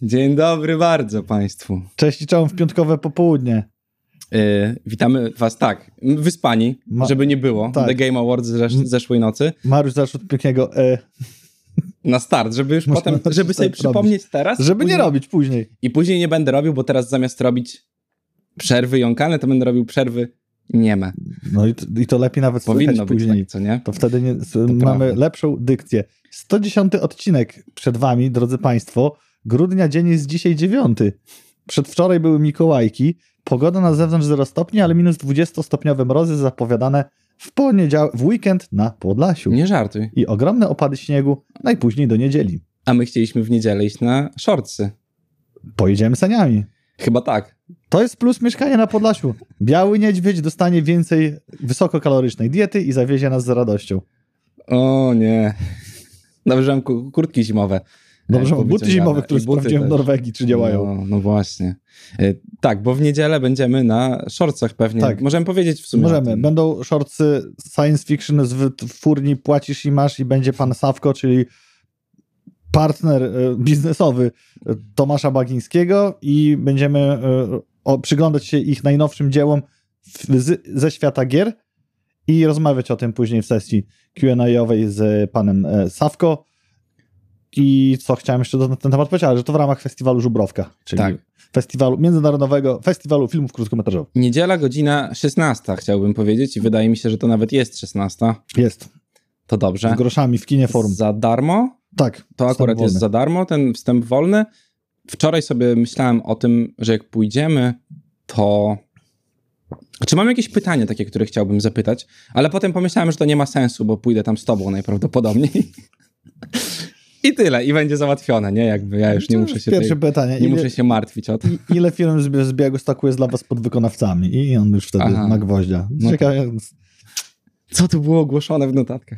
Dzień dobry bardzo Państwu. Cześć i czołem w piątkowe popołudnie. Witamy Was wyspani, żeby nie było. Tak. The Game Awards zeszłej nocy. Mariusz zaczął od pięknego Na start, żeby już potem, żeby sobie przypomnieć teraz. Żeby nie robić później. I później nie będę robił, bo teraz zamiast robić przerwy jąkane, to będę robił przerwy nieme. No i to lepiej nawet powinno słychać być później. tak, co nie? To wtedy mamy lepszą dykcję. 110 odcinek przed wami, drodzy Państwo. Grudnia, dzień jest dzisiaj 9. Przedwczoraj były Mikołajki. Pogoda na zewnątrz 0 stopni, ale minus 20-stopniowe mrozy zapowiadane w weekend na Podlasiu. Nie żartuj. I ogromne opady śniegu najpóźniej do niedzieli. A my chcieliśmy w niedzielę iść na shortsy. Pojedziemy saniami. Chyba tak. To jest plus mieszkania na Podlasiu. Biały niedźwiedź dostanie więcej wysokokalorycznej diety i zawiezie nas z radością. O nie. Dobrze, że mam kurtki zimowe. Dobrze, buty zimowe, które sprawdziłem w Norwegii, czy działają. No właśnie. Tak, bo w niedzielę będziemy na shortsach pewnie. Tak. Możemy powiedzieć w sumie. Możemy. Będą shortsy science fiction z wytwórni Płacisz i Masz i będzie pan Sawko, czyli partner biznesowy Tomasza Bagińskiego i będziemy przyglądać się ich najnowszym dziełom ze świata gier i rozmawiać o tym później w sesji Q&A-owej z panem Sawko. I co chciałem jeszcze na ten temat powiedzieć, ale że to w ramach festiwalu Żubrowka, czyli tak. Międzynarodowego Festiwalu Filmów Krótkometrażowych. Niedziela, godzina 16, chciałbym powiedzieć i wydaje mi się, że to nawet jest 16. Jest. To dobrze. Z groszami w kinie Forum. Za darmo? Tak. To akurat jest za darmo, ten wstęp wolny. Wczoraj sobie myślałem o tym, że jak pójdziemy, to... Czy mam jakieś pytanie takie, które chciałbym zapytać? Ale potem pomyślałem, że to nie ma sensu, bo pójdę tam z tobą najprawdopodobniej. I tyle, i będzie załatwione, nie? Jakby ja już nie muszę się muszę się martwić o to. Ile firm z Białegostoku jest dla was podwykonawcami? I on już wtedy ma gwoździa. Ciekawe. Co tu było ogłoszone w notatkach?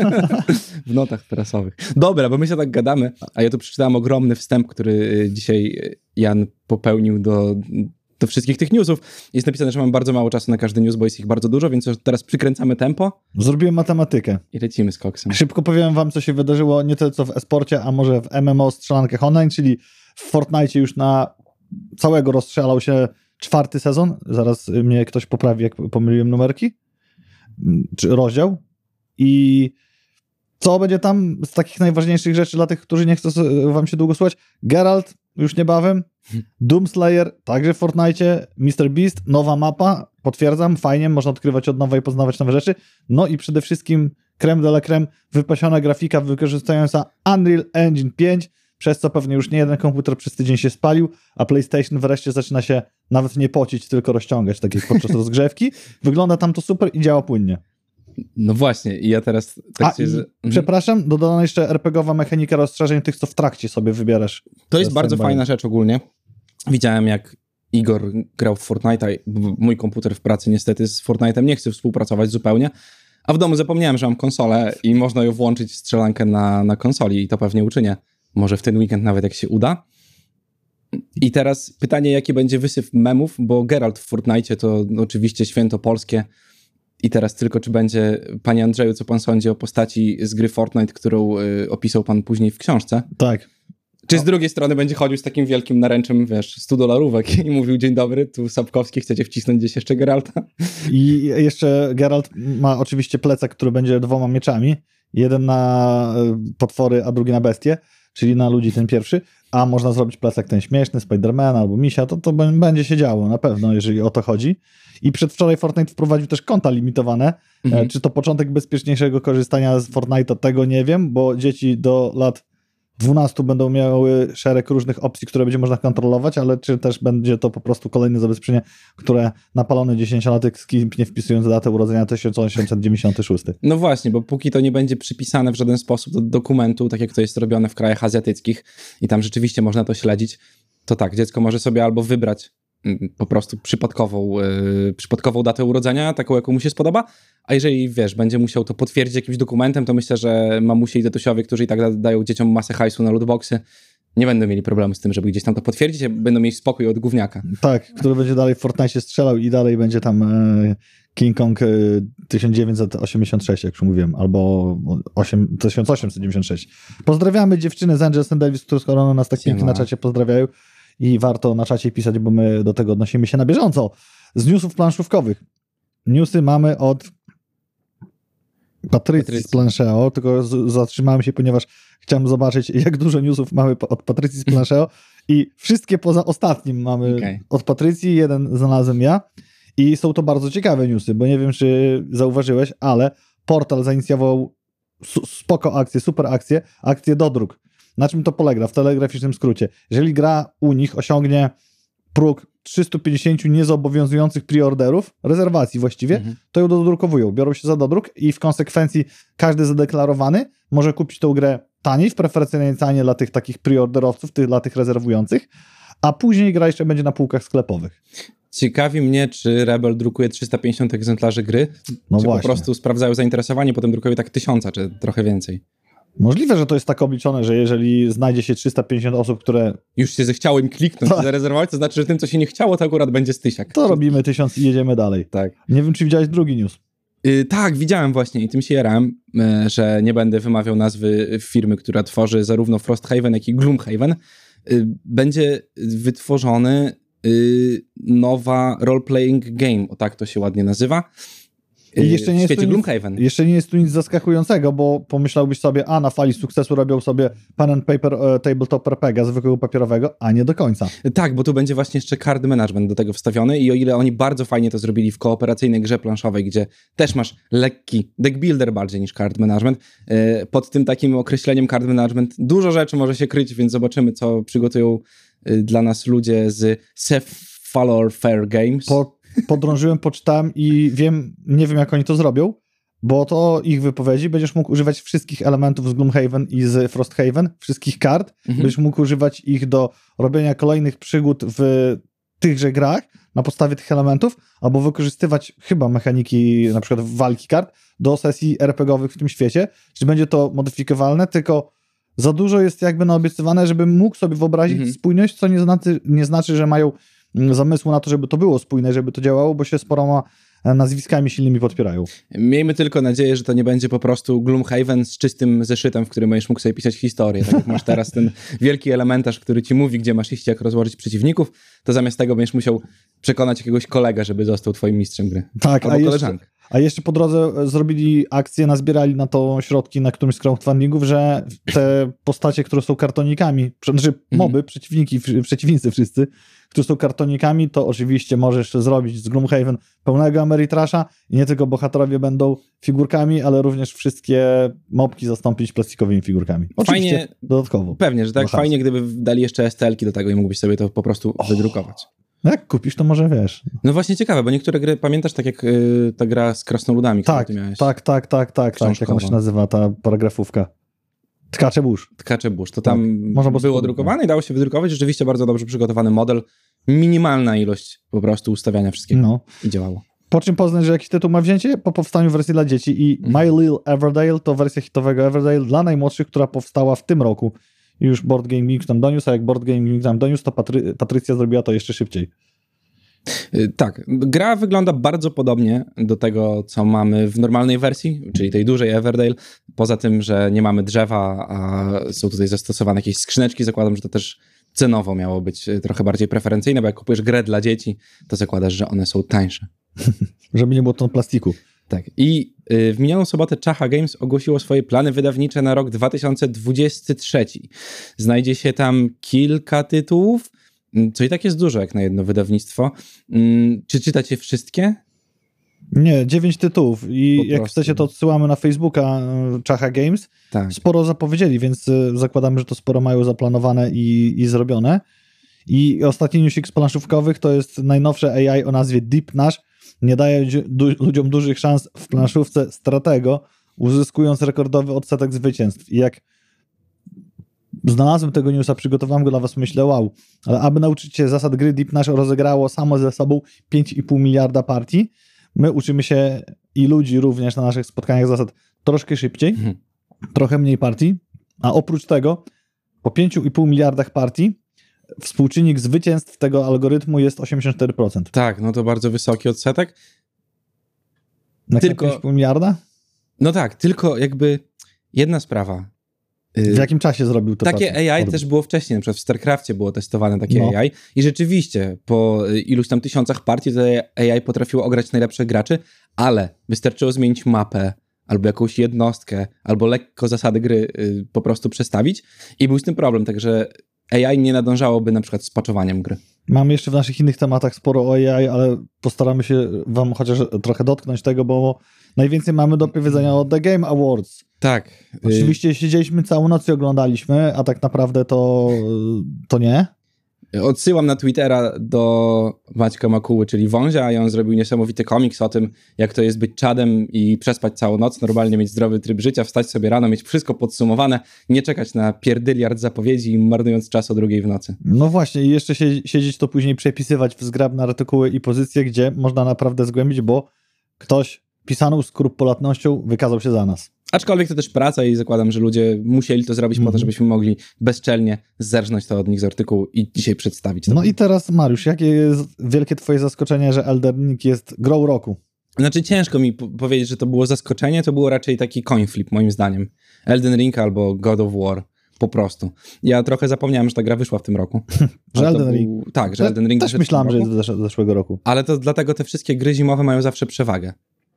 W notach prasowych. Dobra, bo my się tak gadamy, a ja tu przeczytałem ogromny wstęp, który dzisiaj Jan popełnił do wszystkich tych newsów. Jest napisane, że mam bardzo mało czasu na każdy news, bo jest ich bardzo dużo, więc teraz przykręcamy tempo. Zrobiłem matematykę. I lecimy z koksem. Szybko powiem wam, co się wydarzyło nie tyle co w e-sporcie, a może w MMO strzelankach online, czyli w Fortnite już na całego rozstrzelał się 4. sezon. Zaraz mnie ktoś poprawi, jak pomyliłem numerki. Czy rozdział. I co będzie tam z takich najważniejszych rzeczy dla tych, którzy nie chcą wam się długo słuchać? Geralt już niebawem. Doomslayer, także w Fortnite, Mr. Beast, nowa mapa, potwierdzam, fajnie, można odkrywać od nowa i poznawać nowe rzeczy. No i przede wszystkim creme de la creme, wypasiona grafika wykorzystująca Unreal Engine 5, przez co pewnie już nie jeden komputer przez tydzień się spalił, a PlayStation wreszcie zaczyna się nawet nie pocić, tylko rozciągać, tak jak podczas rozgrzewki. Wygląda tam to super i działa płynnie. No właśnie, i ja teraz... Przepraszam, dodana jeszcze RPG-owa mechanika rozszerzeń tych, co w trakcie sobie wybierasz. To jest bardzo fajna rzecz ogólnie. Widziałem, jak Igor grał w Fortnite'a. Mój komputer w pracy niestety z Fortnite'em nie chce współpracować zupełnie, a w domu zapomniałem, że mam konsolę i można ją włączyć strzelankę na konsoli i to pewnie uczynię. Może w ten weekend nawet, jak się uda. I teraz pytanie, jaki będzie wysyp memów, bo Geralt w Fortnite'cie to oczywiście święto polskie. I teraz tylko, czy będzie, panie Andrzeju, co pan sądzi o postaci z gry Fortnite, którą opisał pan później w książce? Tak. Czy z drugiej strony będzie chodził z takim wielkim naręczem, wiesz, $100 i mówił: dzień dobry, tu Sapkowski, chcecie wcisnąć gdzieś jeszcze Geralta? I jeszcze Geralt ma oczywiście plecak, który będzie 2 mieczami. Jeden na potwory, a drugi na bestie, czyli na ludzi ten pierwszy. A można zrobić plecak ten śmieszny, Spidermana albo Misia, to będzie się działo na pewno, jeżeli o to chodzi. I przedwczoraj Fortnite wprowadził też konta limitowane. Czy to początek bezpieczniejszego korzystania z Fortnite'a, tego nie wiem, bo dzieci do lat 12 będą miały szereg różnych opcji, które będzie można kontrolować, ale czy też będzie to po prostu kolejne zabezpieczenie, które napalony 10-latek skipnie, wpisując datę urodzenia 1896. No właśnie, bo póki to nie będzie przypisane w żaden sposób do dokumentu, tak jak to jest robione w krajach azjatyckich i tam rzeczywiście można to śledzić, to tak, dziecko może sobie albo wybrać po prostu przypadkową datę urodzenia, taką, jaką mu się spodoba, a jeżeli, wiesz, będzie musiał to potwierdzić jakimś dokumentem, to myślę, że mamusie i tatusiowie, którzy i tak dają dzieciom masę hajsu na lootboxy, nie będą mieli problemu z tym, żeby gdzieś tam to potwierdzić, będą mieć spokój od gówniaka. Tak, który będzie dalej w Fortnite strzelał i dalej będzie tam King Kong 1986, jak już mówiłem, albo 1896. Pozdrawiamy dziewczyny z Angels and Davis, które skoro nas tak pięknie na czacie pozdrawiają i warto na czacie pisać, bo my do tego odnosimy się na bieżąco. Z newsów planszówkowych. Newsy mamy od Patrycji z Plancheo, tylko zatrzymałem się, ponieważ chciałem zobaczyć, jak dużo newsów mamy od Patrycji z Plancheo i wszystkie poza ostatnim mamy od Patrycji, jeden znalazłem ja i są to bardzo ciekawe newsy, bo nie wiem, czy zauważyłeś, ale Portal zainicjował spoko akcję, super akcję dodruk. Na czym to polega? W telegraficznym skrócie. Jeżeli gra u nich osiągnie próg 350 niezobowiązujących preorderów, rezerwacji właściwie, to ją dodrukowują. Biorą się za dodruk i w konsekwencji każdy zadeklarowany może kupić tą grę taniej, w preferencyjnej cenie dla tych takich preorderowców, dla tych rezerwujących, a później gra jeszcze będzie na półkach sklepowych. Ciekawi mnie, czy Rebel drukuje 350 egzemplarzy gry, no czy właśnie. Po prostu sprawdzają zainteresowanie, potem drukują tak 1000, czy trochę więcej. Możliwe, że to jest tak obliczone, że jeżeli znajdzie się 350 osób, które... Już się zechciało im kliknąć i zarezerwować, to znaczy, że tym, co się nie chciało, to akurat będzie stysiak. To robimy 1000 i jedziemy dalej. Tak. Nie wiem, czy widziałeś drugi news. Tak, widziałem właśnie i tym się jarałem, że nie będę wymawiał nazwy firmy, która tworzy zarówno Frosthaven, jak i Gloomhaven. Będzie wytworzony nowa role-playing game, o tak to się ładnie nazywa. Jeszcze nie w świecie Gloomhaven. Jeszcze nie jest tu nic zaskakującego, bo pomyślałbyś sobie, na fali sukcesu robią sobie pen and paper tabletop RPG zwykłego papierowego, a nie do końca. Tak, bo tu będzie właśnie jeszcze card management do tego wstawiony i o ile oni bardzo fajnie to zrobili w kooperacyjnej grze planszowej, gdzie też masz lekki deck builder bardziej niż card management, pod tym takim określeniem card management dużo rzeczy może się kryć, więc zobaczymy, co przygotują dla nas ludzie z Cephalofair Fair Games. Podrążyłem, poczytałem i nie wiem, jak oni to zrobią, bo to ich wypowiedzi będziesz mógł używać wszystkich elementów z Gloomhaven i z Frosthaven, wszystkich kart, będziesz mógł używać ich do robienia kolejnych przygód w tychże grach na podstawie tych elementów, albo wykorzystywać chyba mechaniki na przykład walki kart do sesji RPG-owych w tym świecie, czyli będzie to modyfikowalne, tylko za dużo jest jakby naobiecywane, żebym mógł sobie wyobrazić spójność, co nie znaczy, że mają zamysłu na to, żeby to było spójne, żeby to działało, bo się sporoma nazwiskami silnymi podpierają. Miejmy tylko nadzieję, że to nie będzie po prostu Gloomhaven z czystym zeszytem, w którym będziesz mógł sobie pisać historię. Tak jak masz teraz ten wielki elementarz, który ci mówi, gdzie masz iść, jak rozłożyć przeciwników, to zamiast tego będziesz musiał przekonać jakiegoś kolegę, żeby został twoim mistrzem gry. Tak, albo koleżankę. A jeszcze po drodze zrobili akcję, nazbierali na to środki na którymś z crowdfundingów, że te postacie, które są kartonikami, znaczy moby, przeciwnicy wszyscy, którzy są kartonikami, to oczywiście możesz zrobić z Gloomhaven pełnego Ameritrasza i nie tylko bohaterowie będą figurkami, ale również wszystkie mobki zastąpić plastikowymi figurkami. Oczywiście fajnie, dodatkowo. Pewnie, że tak fajnie, gdyby dali jeszcze STL-ki do tego i mógłbyś sobie to po prostu wydrukować. Jak kupisz, to może wiesz. No właśnie ciekawe, bo niektóre gry, pamiętasz tak jak ta gra z krasnoludami, którą ty miałeś? Tak, jak ona się nazywa, ta paragrafówka. Tkacze burz. Tkacze burz. To tam można było drukowane i dało się wydrukować. Rzeczywiście bardzo dobrze przygotowany model. Minimalna ilość po prostu ustawiania wszystkiego. I działało. Po czym poznać, że jakiś tytuł ma wzięcie? Po powstaniu wersji dla dzieci i My Little Everdale to wersja hitowego Everdale dla najmłodszych, która powstała w tym roku. I już Board Game Geek tam doniósł, a jak Board Game Geek tam doniósł, to Patrycja zrobiła to jeszcze szybciej. Tak, gra wygląda bardzo podobnie do tego, co mamy w normalnej wersji, czyli tej dużej Everdale. Poza tym, że nie mamy drzewa, a są tutaj zastosowane jakieś skrzyneczki, zakładam, że to też cenowo miało być trochę bardziej preferencyjne, bo jak kupujesz grę dla dzieci, to zakładasz, że one są tańsze. Żeby nie było ton plastiku. Tak. I w minioną sobotę Czacha Games ogłosiło swoje plany wydawnicze na rok 2023. Znajdzie się tam kilka tytułów, co i tak jest dużo jak na jedno wydawnictwo. Czy czytacie wszystkie? Nie, 9 tytułów i jak chcecie, to odsyłamy na Facebooka Czacha Games. Tak. Sporo zapowiedzieli, więc zakładamy, że to sporo mają zaplanowane i zrobione. I ostatni newsik z planszówkowych to jest najnowsze AI o nazwie Deep Nash. Nie daje ludziom dużych szans w planszówce Stratego, uzyskując rekordowy odsetek zwycięstw. I jak znalazłem tego newsa, przygotowałem go dla was, myślę, wow, ale aby nauczyć się zasad gry, Deep Nash rozegrało samo ze sobą 5,5 miliarda partii. My uczymy się i ludzi również na naszych spotkaniach zasad troszkę szybciej, trochę mniej partii, a oprócz tego po 5,5 miliardach partii współczynnik zwycięstw tego algorytmu jest 84%. Tak, no to bardzo wysoki odsetek. Tylko 5,5 miliarda? No tak, tylko jakby jedna sprawa. W jakim czasie zrobił to? Takie AI też było wcześniej, na przykład w StarCraftie było testowane takie AI i rzeczywiście po iluś tam tysiącach partii to AI potrafiło ograć najlepszych graczy, ale wystarczyło zmienić mapę albo jakąś jednostkę, albo lekko zasady gry po prostu przestawić i był z tym problem, także AI nie nadążałoby na przykład z patchowaniem gry. Mamy jeszcze w naszych innych tematach sporo o AI, ale postaramy się wam chociaż trochę dotknąć tego, bo najwięcej mamy do powiedzenia o The Game Awards. Tak. Oczywiście siedzieliśmy całą noc i oglądaliśmy, a tak naprawdę to nie. Odsyłam na Twittera do Maćka Makuły, czyli Wązia, i on zrobił niesamowity komiks o tym, jak to jest być czadem i przespać całą noc, normalnie mieć zdrowy tryb życia, wstać sobie rano, mieć wszystko podsumowane, nie czekać na pierdyliard zapowiedzi i marnując czas o 2:00 w nocy. No właśnie, i jeszcze siedzieć to później przepisywać w zgrabne artykuły i pozycje, gdzie można naprawdę zgłębić, bo ktoś pisaną skrupulatnością wykazał się za nas. Aczkolwiek to też praca i zakładam, że ludzie musieli to zrobić po to, żebyśmy mogli bezczelnie zerżnąć to od nich z artykułu i dzisiaj przedstawić to. No i teraz, Mariusz, jakie jest wielkie twoje zaskoczenie, że Elden Ring jest grą roku? Znaczy ciężko mi powiedzieć, że to było zaskoczenie, to było raczej taki coin flip moim zdaniem. Elden Ring albo God of War. Po prostu. Ja trochę zapomniałem, że ta gra wyszła w tym roku. Że Elden Ring? Tak, że Elden Ring też myślałem, że jest z zeszłego roku. Ale to dlatego te wszystkie gry zimowe mają zawsze przewagę.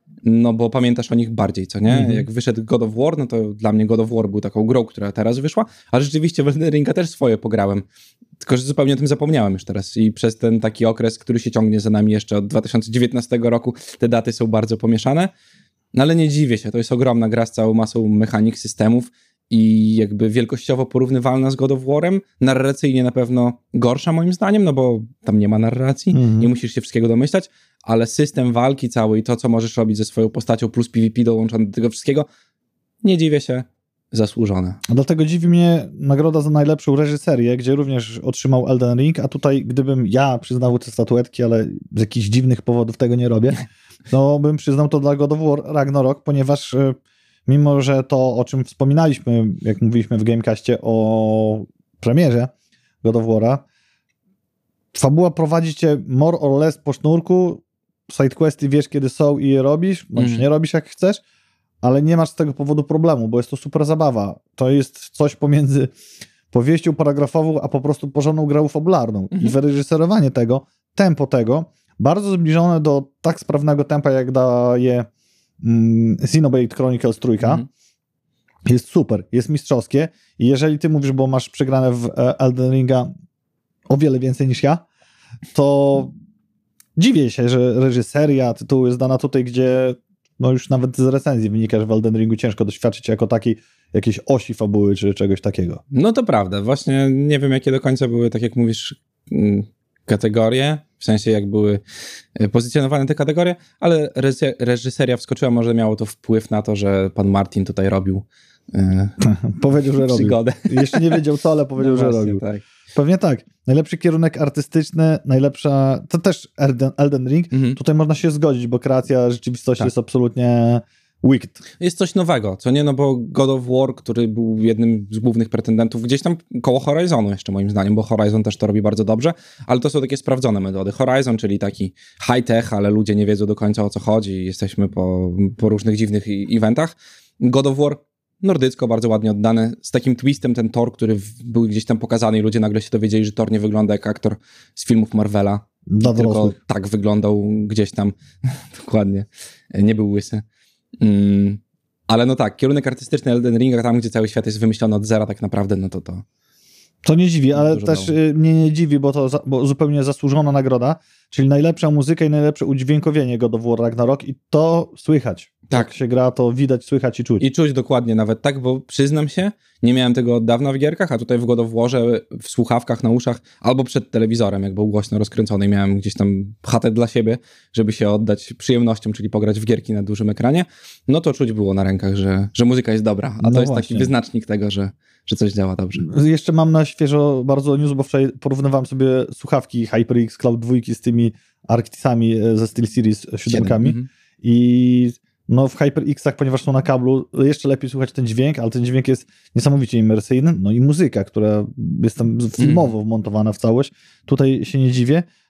No bo pamiętasz o nich bardziej, co nie? Jak wyszedł God of War, no to dla mnie God of War był taką grą, która teraz wyszła, a rzeczywiście w Elden Ringa też swoje pograłem. Tylko że zupełnie o tym zapomniałem już teraz i przez ten taki okres, który się ciągnie za nami jeszcze od 2019 roku, te daty są bardzo pomieszane. No ale nie dziwię się, to jest ogromna gra z całą masą mechanik, systemów i jakby wielkościowo porównywalna z God of War'em, narracyjnie na pewno gorsza moim zdaniem, no bo tam nie ma narracji, nie musisz się wszystkiego domyślać, ale system walki cały i to, co możesz robić ze swoją postacią plus PvP dołączone do tego wszystkiego, nie dziwię się, zasłużone. Dlatego dziwi mnie nagroda za najlepszą reżyserię, gdzie również otrzymał Elden Ring, a tutaj gdybym ja przyznał te statuetki, ale z jakichś dziwnych powodów tego nie robię, to bym przyznał to dla God of War Ragnarok, ponieważ mimo, że to, o czym wspominaliśmy, jak mówiliśmy w Gamecastie o premierze God of War'a, fabuła prowadzi cię more or less po sznurku, sidequesty wiesz, kiedy są i je robisz, bądź nie robisz jak chcesz, ale nie masz z tego powodu problemu, bo jest to super zabawa. To jest coś pomiędzy powieścią paragrafową, a po prostu porządną grą fabularną. I wyreżyserowanie tego, tempo tego, bardzo zbliżone do tak sprawnego tempa, jak daje Xenoblade Chronicles 3, jest super, jest mistrzowskie i jeżeli ty mówisz, bo masz przegrane w Elden Ringa o wiele więcej niż ja, to dziwię się, że reżyseria tytułu jest dana tutaj, gdzie no już nawet z recenzji wynika, że w Elden Ringu ciężko doświadczyć jako takiej jakiejś osi fabuły czy czegoś takiego. No to prawda, właśnie nie wiem jakie do końca były, tak jak mówisz, kategorie, w sensie jak były pozycjonowane te kategorie, ale reżyseria wskoczyła, może miało to wpływ na to, że pan Martin tutaj robił powiedział, że przygodę. Robił. Jeszcze nie wiedział co, ale powiedział, że robił. Tak. Pewnie tak. Najlepszy kierunek artystyczny, najlepsza, to też Elden Ring. Tutaj można się zgodzić, bo kreacja rzeczywistości jest absolutnie wicked. Jest coś nowego, co nie? No bo God of War, który był jednym z głównych pretendentów, gdzieś tam koło Horizonu jeszcze moim zdaniem, bo Horizon też to robi bardzo dobrze, ale to są takie sprawdzone metody. Horizon, czyli taki high-tech, ale ludzie nie wiedzą do końca o co chodzi, jesteśmy po różnych dziwnych eventach. God of War nordycko, bardzo ładnie oddane, z takim twistem ten Thor, który był gdzieś tam pokazany i ludzie nagle się dowiedzieli, że Thor nie wygląda jak aktor z filmów Marvela, tylko tak wyglądał gdzieś tam, dokładnie, nie był łysy. Ale no tak, kierunek artystyczny Elden Ringa, tam gdzie cały świat jest wymyślony od zera tak naprawdę, no to nie dziwi, ale też mnie nie dziwi, bo zupełnie zasłużona nagroda, czyli najlepsza muzyka i najlepsze udźwiękowienie God of War Ragnarok i to słychać. Tak. Jak się gra, to widać, słychać i czuć. I czuć dokładnie nawet tak, bo przyznam się, nie miałem tego od dawna w gierkach, a tutaj w God of Warze w słuchawkach, na uszach, albo przed telewizorem, jak był głośno rozkręcony, miałem gdzieś tam chatę dla siebie, żeby się oddać przyjemnościom, czyli pograć w gierki na dużym ekranie, no to czuć było na rękach, że muzyka jest dobra, a to jest taki wyznacznik tego, że coś działa dobrze. Jeszcze mam na świeżo bardzo news, bo wczoraj porównywałem sobie słuchawki HyperX Cloud 2 z tymi Arctisami ze SteelSeries 7. I no w HyperX-ach, ponieważ są na kablu, jeszcze lepiej słuchać ten dźwięk, ale ten dźwięk jest niesamowicie imersyjny, no i muzyka, która jest tam filmowo wmontowana w całość. Tutaj się nie dziwię.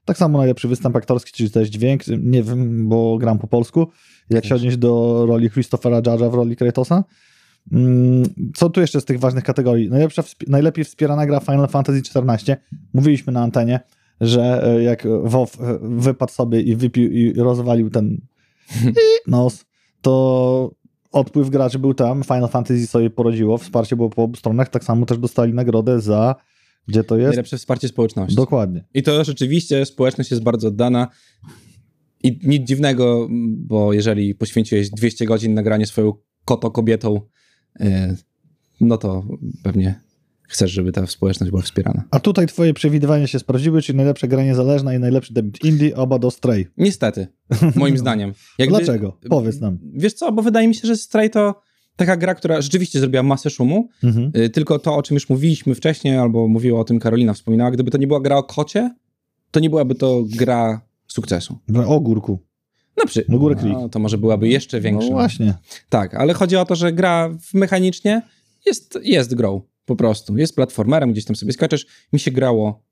Tak samo najlepszy występ aktorski, czyli też dźwięk, nie wiem, bo gram po polsku, jak się odnieść do roli Christophera Judge'a w roli Kratosa. Co tu jeszcze z tych ważnych kategorii? Najlepiej wspierana gra Final Fantasy XIV. Mówiliśmy na antenie, że jak WoW wypadł sobie i wypił i rozwalił ten nos, to odpływ graczy był tam, Final Fantasy sobie porodziło, wsparcie było po obu stronach, tak samo też dostali nagrodę za, gdzie to jest? Najlepsze wsparcie społeczności. Dokładnie. I to rzeczywiście społeczność jest bardzo oddana i nic dziwnego, bo jeżeli poświęciłeś 200 godzin na granie swoją kobietą, no to pewnie chcesz, żeby ta społeczność była wspierana. A tutaj twoje przewidywania się sprawdziły, czyli najlepsze gra niezależna i najlepszy debiut indie, oba do Stray. Niestety, moim zdaniem. Dlaczego? Powiedz nam. Wiesz co, bo wydaje mi się, że Stray to taka gra, która rzeczywiście zrobiła masę szumu, tylko to, o czym już mówiliśmy wcześniej, albo mówiła o tym Karolina, wspominała, gdyby to nie była gra o kocie, to nie byłaby to gra sukcesu. O ogórku. Ogórek Creek. No, to może byłaby jeszcze większa. No właśnie. Tak, ale chodzi o to, że gra mechanicznie jest grą. Po prostu. Jest platformerem, gdzieś tam sobie skaczesz. Mi się grało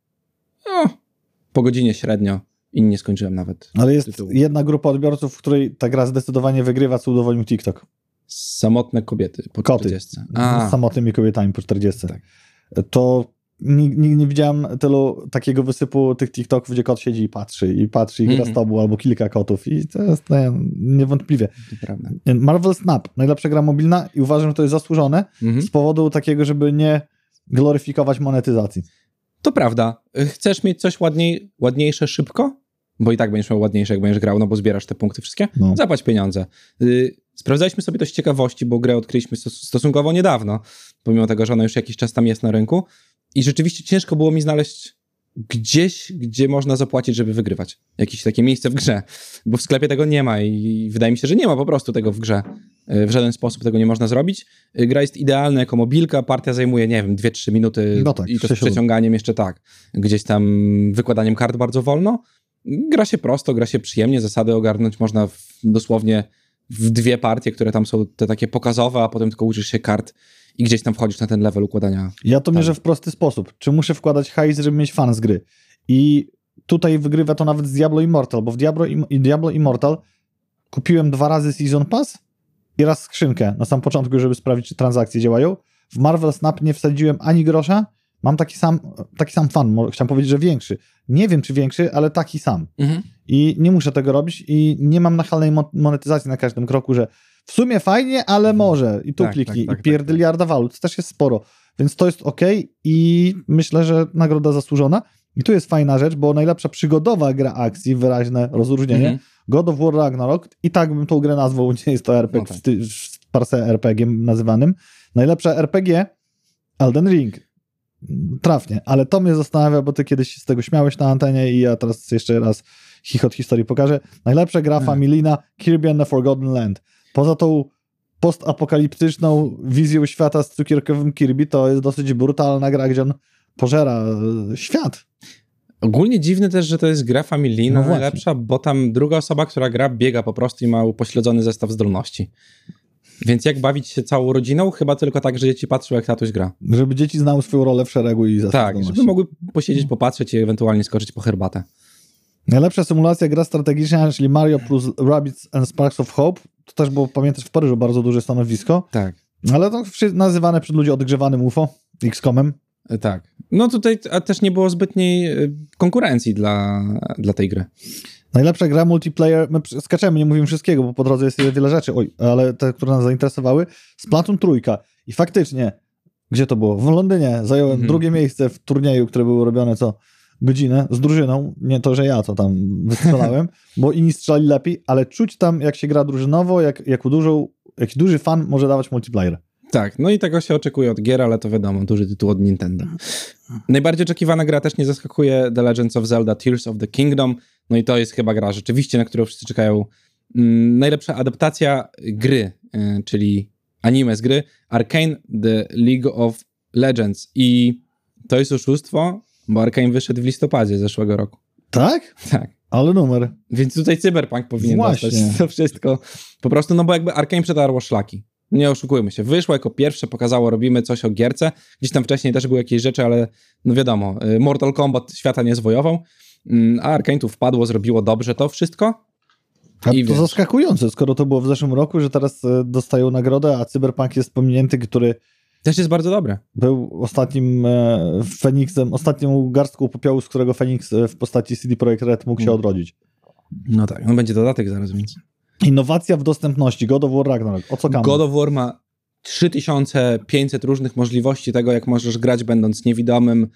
po godzinie średnio i nie skończyłem nawet. Ale jest tytułu. jedna grupa odbiorców, w której ta gra zdecydowanie wygrywa, co udowodnił TikTok. Samotne kobiety po Koty. 40. Z samotnymi kobietami po 40. Tak. To nigdy nie widziałem tylu takiego wysypu tych TikToków, gdzie kot siedzi i patrzy i gra z tobą, albo kilka kotów i to jest niewątpliwie. To prawda. Marvel Snap, najlepsza gra mobilna i uważam, że to jest zasłużone z powodu takiego, żeby nie gloryfikować monetyzacji. To prawda. Chcesz mieć coś ładniejsze szybko? Bo i tak będziesz miał ładniejsze, jak będziesz grał, no bo zbierasz te punkty wszystkie. No. Zapłać pieniądze. Sprawdzaliśmy sobie to z ciekawości, bo grę odkryliśmy stosunkowo niedawno, pomimo tego, że ona już jakiś czas tam jest na rynku. I rzeczywiście ciężko było mi znaleźć gdzieś, gdzie można zapłacić, żeby wygrywać. Jakieś takie miejsce w grze. Bo w sklepie tego nie ma i wydaje mi się, że nie ma po prostu tego w grze. W żaden sposób tego nie można zrobić. Gra jest idealna jako mobilka, partia zajmuje, nie wiem, 2-3 minuty no tak, i to z przeciąganiem jeszcze tak. Gdzieś tam wykładaniem kart bardzo wolno. Gra się prosto, gra się przyjemnie, zasady ogarnąć można dosłownie w 2 partie, które tam są te takie pokazowe, a potem tylko uczysz się kart i gdzieś tam wchodzisz na ten level układania. Ja to mierzę w prosty sposób. Czy muszę wkładać hajs, żeby mieć fan z gry? I tutaj wygrywa to nawet z Diablo Immortal, bo w Diablo Immortal kupiłem 2 razy Season Pass i raz skrzynkę na sam początku, żeby sprawdzić, czy transakcje działają. W Marvel Snap nie wsadziłem ani grosza. Mam taki sam fan, chciałem powiedzieć, że większy. Nie wiem, czy większy, ale taki sam. I nie muszę tego robić i nie mam nachalnej monetyzacji na każdym kroku, że w sumie fajnie, ale może. I tu kliknij. I pierdyliarda walut. Też jest sporo. Więc to jest okej i myślę, że nagroda zasłużona. I tu jest fajna rzecz, bo najlepsza przygodowa gra akcji, wyraźne rozróżnienie, God of War Ragnarok, i tak bym tą grę nazwał, nie jest to RPG w parse RPG nazywanym. Najlepsza RPG Elden Ring. Trafnie, ale to mnie zastanawia, bo ty kiedyś z tego śmiałeś na antenie i ja teraz jeszcze raz chichot historii pokażę. Najlepsza gra familijna Kirby and the Forgotten Land. Poza tą postapokaliptyczną wizją świata z cukierkowym Kirby, to jest dosyć brutalna gra, gdzie on pożera świat. Ogólnie dziwne też, że to jest gra familijna najlepsza, bo tam druga osoba, która gra, biega po prostu i ma upośledzony zestaw zdolności. Więc jak bawić się całą rodziną? Chyba tylko tak, że dzieci patrzą, jak tatuś gra. Żeby dzieci znały swoją rolę w szeregu i zestaw zdolności. Tak, żeby mogły posiedzieć, popatrzeć i ewentualnie skoczyć po herbatę. Najlepsza symulacja gra strategiczna, czyli Mario plus Rabbids and Sparks of Hope. To też było, pamiętasz, w Paryżu bardzo duże stanowisko. Tak. Ale to nazywane przez ludzi odgrzewanym UFO, XCOM-em. Tak. No tutaj też nie było zbytniej konkurencji dla tej gry. Najlepsza gra multiplayer, my skaczemy, nie mówimy wszystkiego, bo po drodze jest wiele rzeczy, ale te, które nas zainteresowały, Splatoon 3. I faktycznie, gdzie to było? W Londynie zająłem drugie miejsce w turnieju, które było robione co godzinę z drużyną. Nie to, że ja to tam wystrzelałem, bo inni strzelali lepiej, ale czuć tam, jak się gra drużynowo, jaki duży fan może dawać multiplayer. Tak, no i tego się oczekuje od gier, ale to wiadomo, duży tytuł od Nintendo. Najbardziej oczekiwana gra też nie zaskakuje, The Legends of Zelda Tears of the Kingdom. No i to jest chyba gra rzeczywiście, na którą wszyscy czekają. Najlepsza adaptacja gry, czyli anime z gry, Arcane The League of Legends. I to jest oszustwo, bo Arcane wyszedł w listopadzie zeszłego roku. Tak? Tak. Ale numer. Więc tutaj Cyberpunk powinien Właśnie dostać to wszystko. Po prostu, no bo jakby Arcane przetarło szlaki. Nie oszukujmy się. Wyszło jako pierwsze, pokazało, robimy coś o gierce. Gdzieś tam wcześniej też były jakieś rzeczy, ale no wiadomo, Mortal Kombat świata nie zwojował. a Arkane tu wpadło, zrobiło dobrze to wszystko. A to zaskakujące, skoro to było w zeszłym roku, że teraz dostają nagrodę, a Cyberpunk jest pominięty, który też jest bardzo dobre. Był ostatnim Feniksem, ostatnią garstką popiołu, z którego Feniks w postaci CD Projekt Red mógł się odrodzić. No tak, no będzie dodatek zaraz, więc... Innowacja w dostępności, God of War Ragnarok, o co kamer? God of War ma 3500 różnych możliwości tego, jak możesz grać, będąc niewidomym,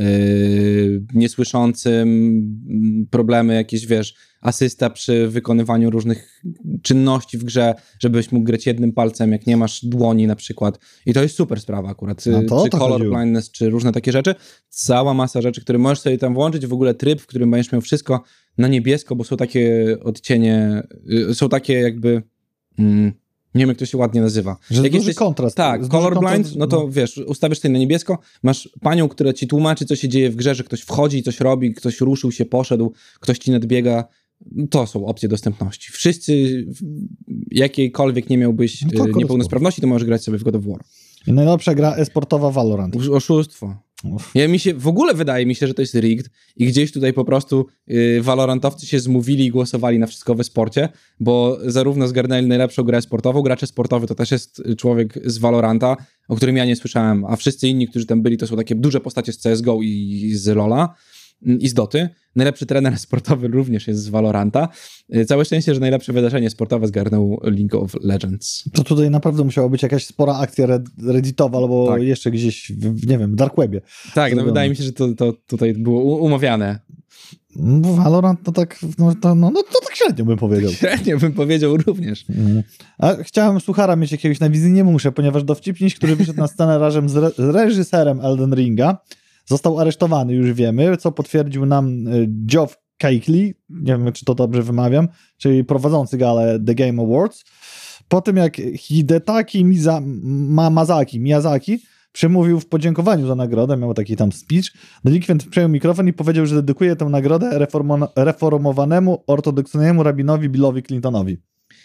niesłyszącym, problemy jakieś, wiesz, asysta przy wykonywaniu różnych czynności w grze, żebyś mógł grać jednym palcem, jak nie masz dłoni na przykład. I to jest super sprawa akurat. Czy color blindness, czy różne takie rzeczy. Cała masa rzeczy, które możesz sobie tam włączyć, w ogóle tryb, w którym będziesz miał wszystko na niebiesko, bo są takie odcienie, są takie jakby... nie wiem, jak to się ładnie nazywa. Że jak duży kontrast. Tak, colorblind, no to wiesz, ustawisz tutaj na niebiesko, masz panią, która ci tłumaczy, co się dzieje w grze, że ktoś wchodzi i coś robi, ktoś ruszył się, poszedł, ktoś ci nadbiega. To są opcje dostępności. Wszyscy, jakiejkolwiek nie miałbyś niepełnosprawności, to możesz grać sobie w God of War. I najlepsza gra e-sportowa Valorant. Oszustwo. W ogóle wydaje mi się, że to jest rigged i gdzieś tutaj po prostu Valorantowcy się zmówili i głosowali na wszystko we sporcie, bo zarówno zgarnęli najlepszą grę sportową, gracze sportowy to też jest człowiek z Valoranta, o którym ja nie słyszałem, a wszyscy inni, którzy tam byli, to są takie duże postacie z CSGO i z LoL'a i z Doty. Najlepszy trener sportowy również jest z Valoranta. Całe szczęście, że najlepsze wydarzenie sportowe zgarnął League of Legends. To tutaj naprawdę musiała być jakaś spora akcja redditowa albo jeszcze gdzieś, nie wiem, w Dark Webie. Tak, no wydaje mi się, że to tutaj było umawiane. Valorant to tak, to tak średnio bym powiedział. Średnio bym powiedział również. A chciałem Suchara mieć jakiegoś na wizji, nie muszę, ponieważ Dowcipniś, który wyszedł na scenę razem z reżyserem Elden Ringa, został aresztowany, już wiemy, co potwierdził nam Geoff Keighley, nie wiem, czy to dobrze wymawiam, czyli prowadzący galę The Game Awards, po tym jak Hidetaki Miyazaki przemówił w podziękowaniu za nagrodę, miał taki tam speech, delikwent przejął mikrofon i powiedział, że dedykuje tę nagrodę reformowanemu, ortodoksyjnemu rabinowi Billowi Clintonowi.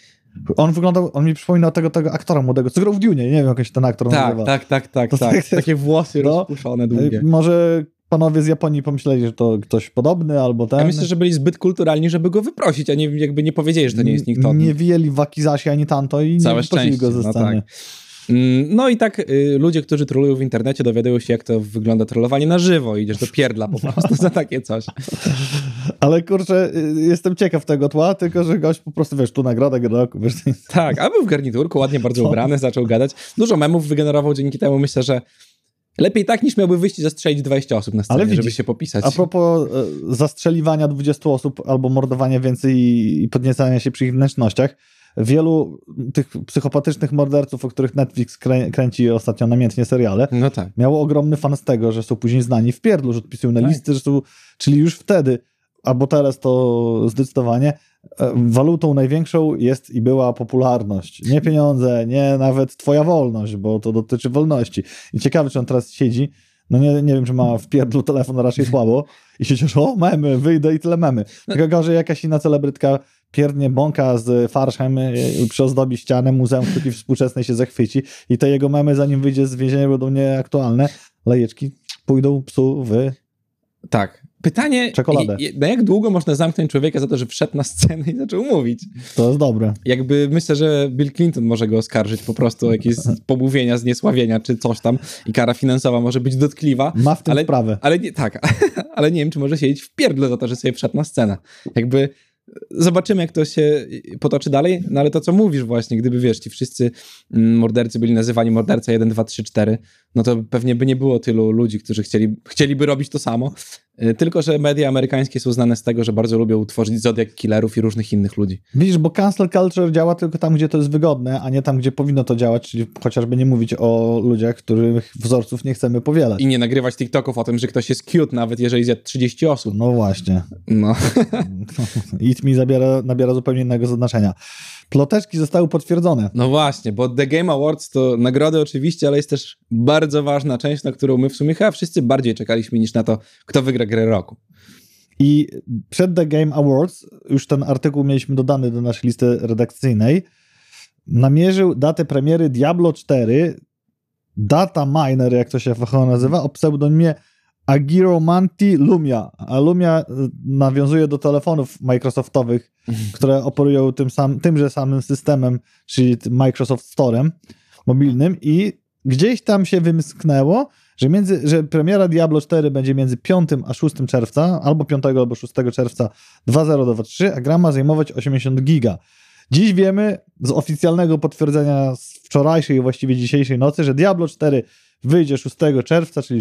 On mi przypominał tego aktora młodego, co grał w Dune, nie wiem, jak się ten aktor nazywa. Tak. Takie włosy rozpuszczone, długie. Może panowie z Japonii pomyśleli, że to ktoś podobny albo ten. Ja myślę, że byli zbyt kulturalni, żeby go wyprosić, a jakby nie powiedzieli, że to nie jest nikt. Nie wyjęli Wakizashi ani tamto i nie wyprosili go ze sceny. Tak. No i tak ludzie, którzy trollują w internecie, dowiadują się, jak to wygląda trollowanie na żywo. Idziesz do pierdla po prostu za takie coś. Ale kurczę, jestem ciekaw tego tła, tylko że gość po prostu, wiesz, tu nagrodę roku. Wiesz. Tak, a był w garniturku, ładnie bardzo ubrany, zaczął gadać. Dużo memów wygenerował dzięki temu. Myślę, że lepiej tak, niż miałby wyjść i zastrzelić 20 osób na scenie, żeby się popisać. A propos zastrzeliwania 20 osób albo mordowania więcej i podniecania się przy ich wnętrznościach, wielu tych psychopatycznych morderców, o których Netflix kręci ostatnio namiętnie seriale, miało ogromny fan z tego, że są później znani w pierdlu, że odpisują na listy, że są, czyli już wtedy, albo teraz to zdecydowanie, walutą największą jest i była popularność. Nie pieniądze, nie nawet twoja wolność, bo to dotyczy wolności. I ciekawe, czy on teraz siedzi, no nie wiem, czy ma w pierdlu telefon, raczej słabo, i się cieszy, o memy, wyjdę i tyle memy. Tylko gorzej jakaś inna celebrytka pierdnie bąka z farszem i przyozdobi ścianę, Muzeum Sztuki Współczesnej się zachwyci i te jego memy, zanim wyjdzie z więzienia, będą nieaktualne. Lejeczki pójdą psu w... Tak. Pytanie, na jak długo można zamknąć człowieka za to, że wszedł na scenę i zaczął mówić? To jest dobre. Jakby myślę, że Bill Clinton może go oskarżyć po prostu o jakieś pomówienia, zniesławienia czy coś tam i kara finansowa może być dotkliwa. Ma w tym sprawę. Ale nie, tak, ale nie wiem, czy może siedzieć w pierdle za to, że sobie wszedł na scenę. Jakby zobaczymy, jak to się potoczy dalej, no ale to, co mówisz właśnie, gdyby, wiesz, ci wszyscy mordercy byli nazywani morderca 1, 2, 3, 4, no to pewnie by nie było tylu ludzi, którzy chcieliby robić to samo, tylko że media amerykańskie są znane z tego, że bardzo lubią tworzyć Zodiac Killerów i różnych innych ludzi. Widzisz, bo cancel culture działa tylko tam, gdzie to jest wygodne, a nie tam, gdzie powinno to działać, czyli chociażby nie mówić o ludziach, których wzorców nie chcemy powielać. I nie nagrywać TikToków o tym, że ktoś jest cute, nawet jeżeli zjadł 30 osób. No właśnie. No. It mi nabiera zupełnie innego znaczenia. Ploteczki zostały potwierdzone. No właśnie, bo The Game Awards to nagrody oczywiście, ale jest też bardzo ważna część, na którą my w sumie chyba wszyscy bardziej czekaliśmy niż na to, kto wygra grę roku. I przed The Game Awards, już ten artykuł mieliśmy dodany do naszej listy redakcyjnej, namierzył datę premiery Diablo 4 Data Miner, jak to się fachowo nazywa, o pseudonimie Agiromanti Lumia. A Lumia nawiązuje do telefonów Microsoftowych, które operują tymże samym systemem, czyli Microsoft Storem mobilnym i gdzieś tam się wymsknęło, że premiera Diablo 4 będzie między 5 a 6 czerwca, albo 5 albo 6 czerwca 2023, a gra ma zajmować 80 giga. Dziś wiemy z oficjalnego potwierdzenia z wczorajszej, właściwie dzisiejszej nocy, że Diablo 4 wyjdzie 6 czerwca, czyli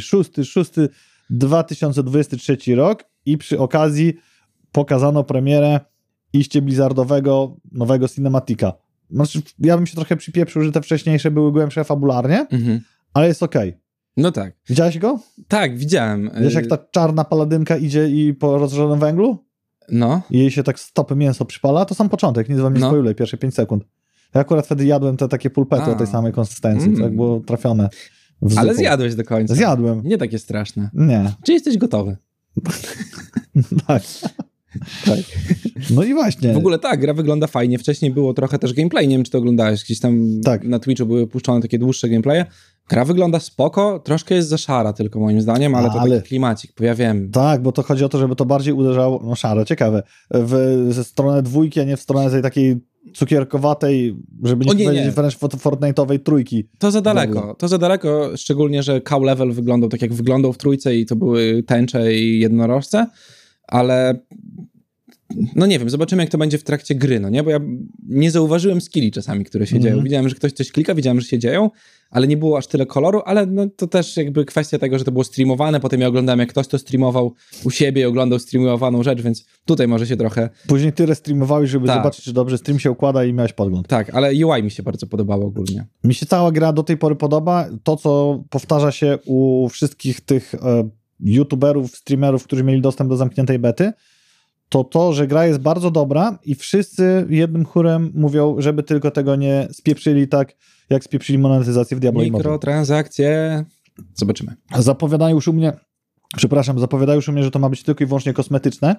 6/6/2023 rok i przy okazji pokazano premierę iście blizzardowego nowego cinematika. Znaczy, ja bym się trochę przypieprzył, że te wcześniejsze były głębsze fabularnie, ale jest okej. No tak. Widziałeś go? Tak, widziałem. Wiesz, jak ta czarna paladynka idzie i po rozżarzonym węglu? No. I jej się tak stopy mięso przypala? To sam początek, nic wam nie spoiluję, pierwsze 5 sekund. Ja akurat wtedy jadłem te takie pulpety o tej samej konsystencji, tak było trafione. Ale zjadłeś do końca. Zjadłem. Nie takie straszne. Nie. Czy jesteś gotowy? Tak. Tak. No i właśnie. W ogóle tak, gra wygląda fajnie. Wcześniej było trochę też gameplay, nie wiem, czy to oglądałeś. Gdzieś tam na Twitchu były puszczone takie dłuższe gameplaye. Gra wygląda spoko, troszkę jest za szara tylko moim zdaniem, ale to taki klimacik, bo ja wiem. Tak, bo to chodzi o to, żeby to bardziej uderzało, no szare, ciekawe, ze stronę dwójki, a nie w stronę tej takiej cukierkowatej, żeby nie powiedzieć wręcz Fortnite'owej trójki. To za daleko, szczególnie, że cow level wyglądał tak jak wyglądał w trójce i to były tęcze i jednorożce, ale no nie wiem, zobaczymy jak to będzie w trakcie gry, no nie, bo ja nie zauważyłem skilli czasami, które się dzieją. Widziałem, że ktoś coś klika, widziałem, że się dzieją, ale nie było aż tyle koloru, ale no to też jakby kwestia tego, że to było streamowane, potem ja oglądałem jak ktoś to streamował u siebie i oglądał streamowaną rzecz, więc tutaj może się trochę... Później ty restreamowałeś, żeby zobaczyć, czy dobrze stream się układa i miałeś podgląd. Tak, ale UI mi się bardzo podobało ogólnie. Mi się cała gra do tej pory podoba. To, co powtarza się u wszystkich tych youtuberów, streamerów, którzy mieli dostęp do zamkniętej bety, to, że gra jest bardzo dobra i wszyscy jednym chórem mówią, żeby tylko tego nie spieprzyli tak, jak spieprzyli monetyzację w Diablo Immortal. Mikrotransakcje. Zobaczymy. Zapowiadają już u mnie, że to ma być tylko i wyłącznie kosmetyczne.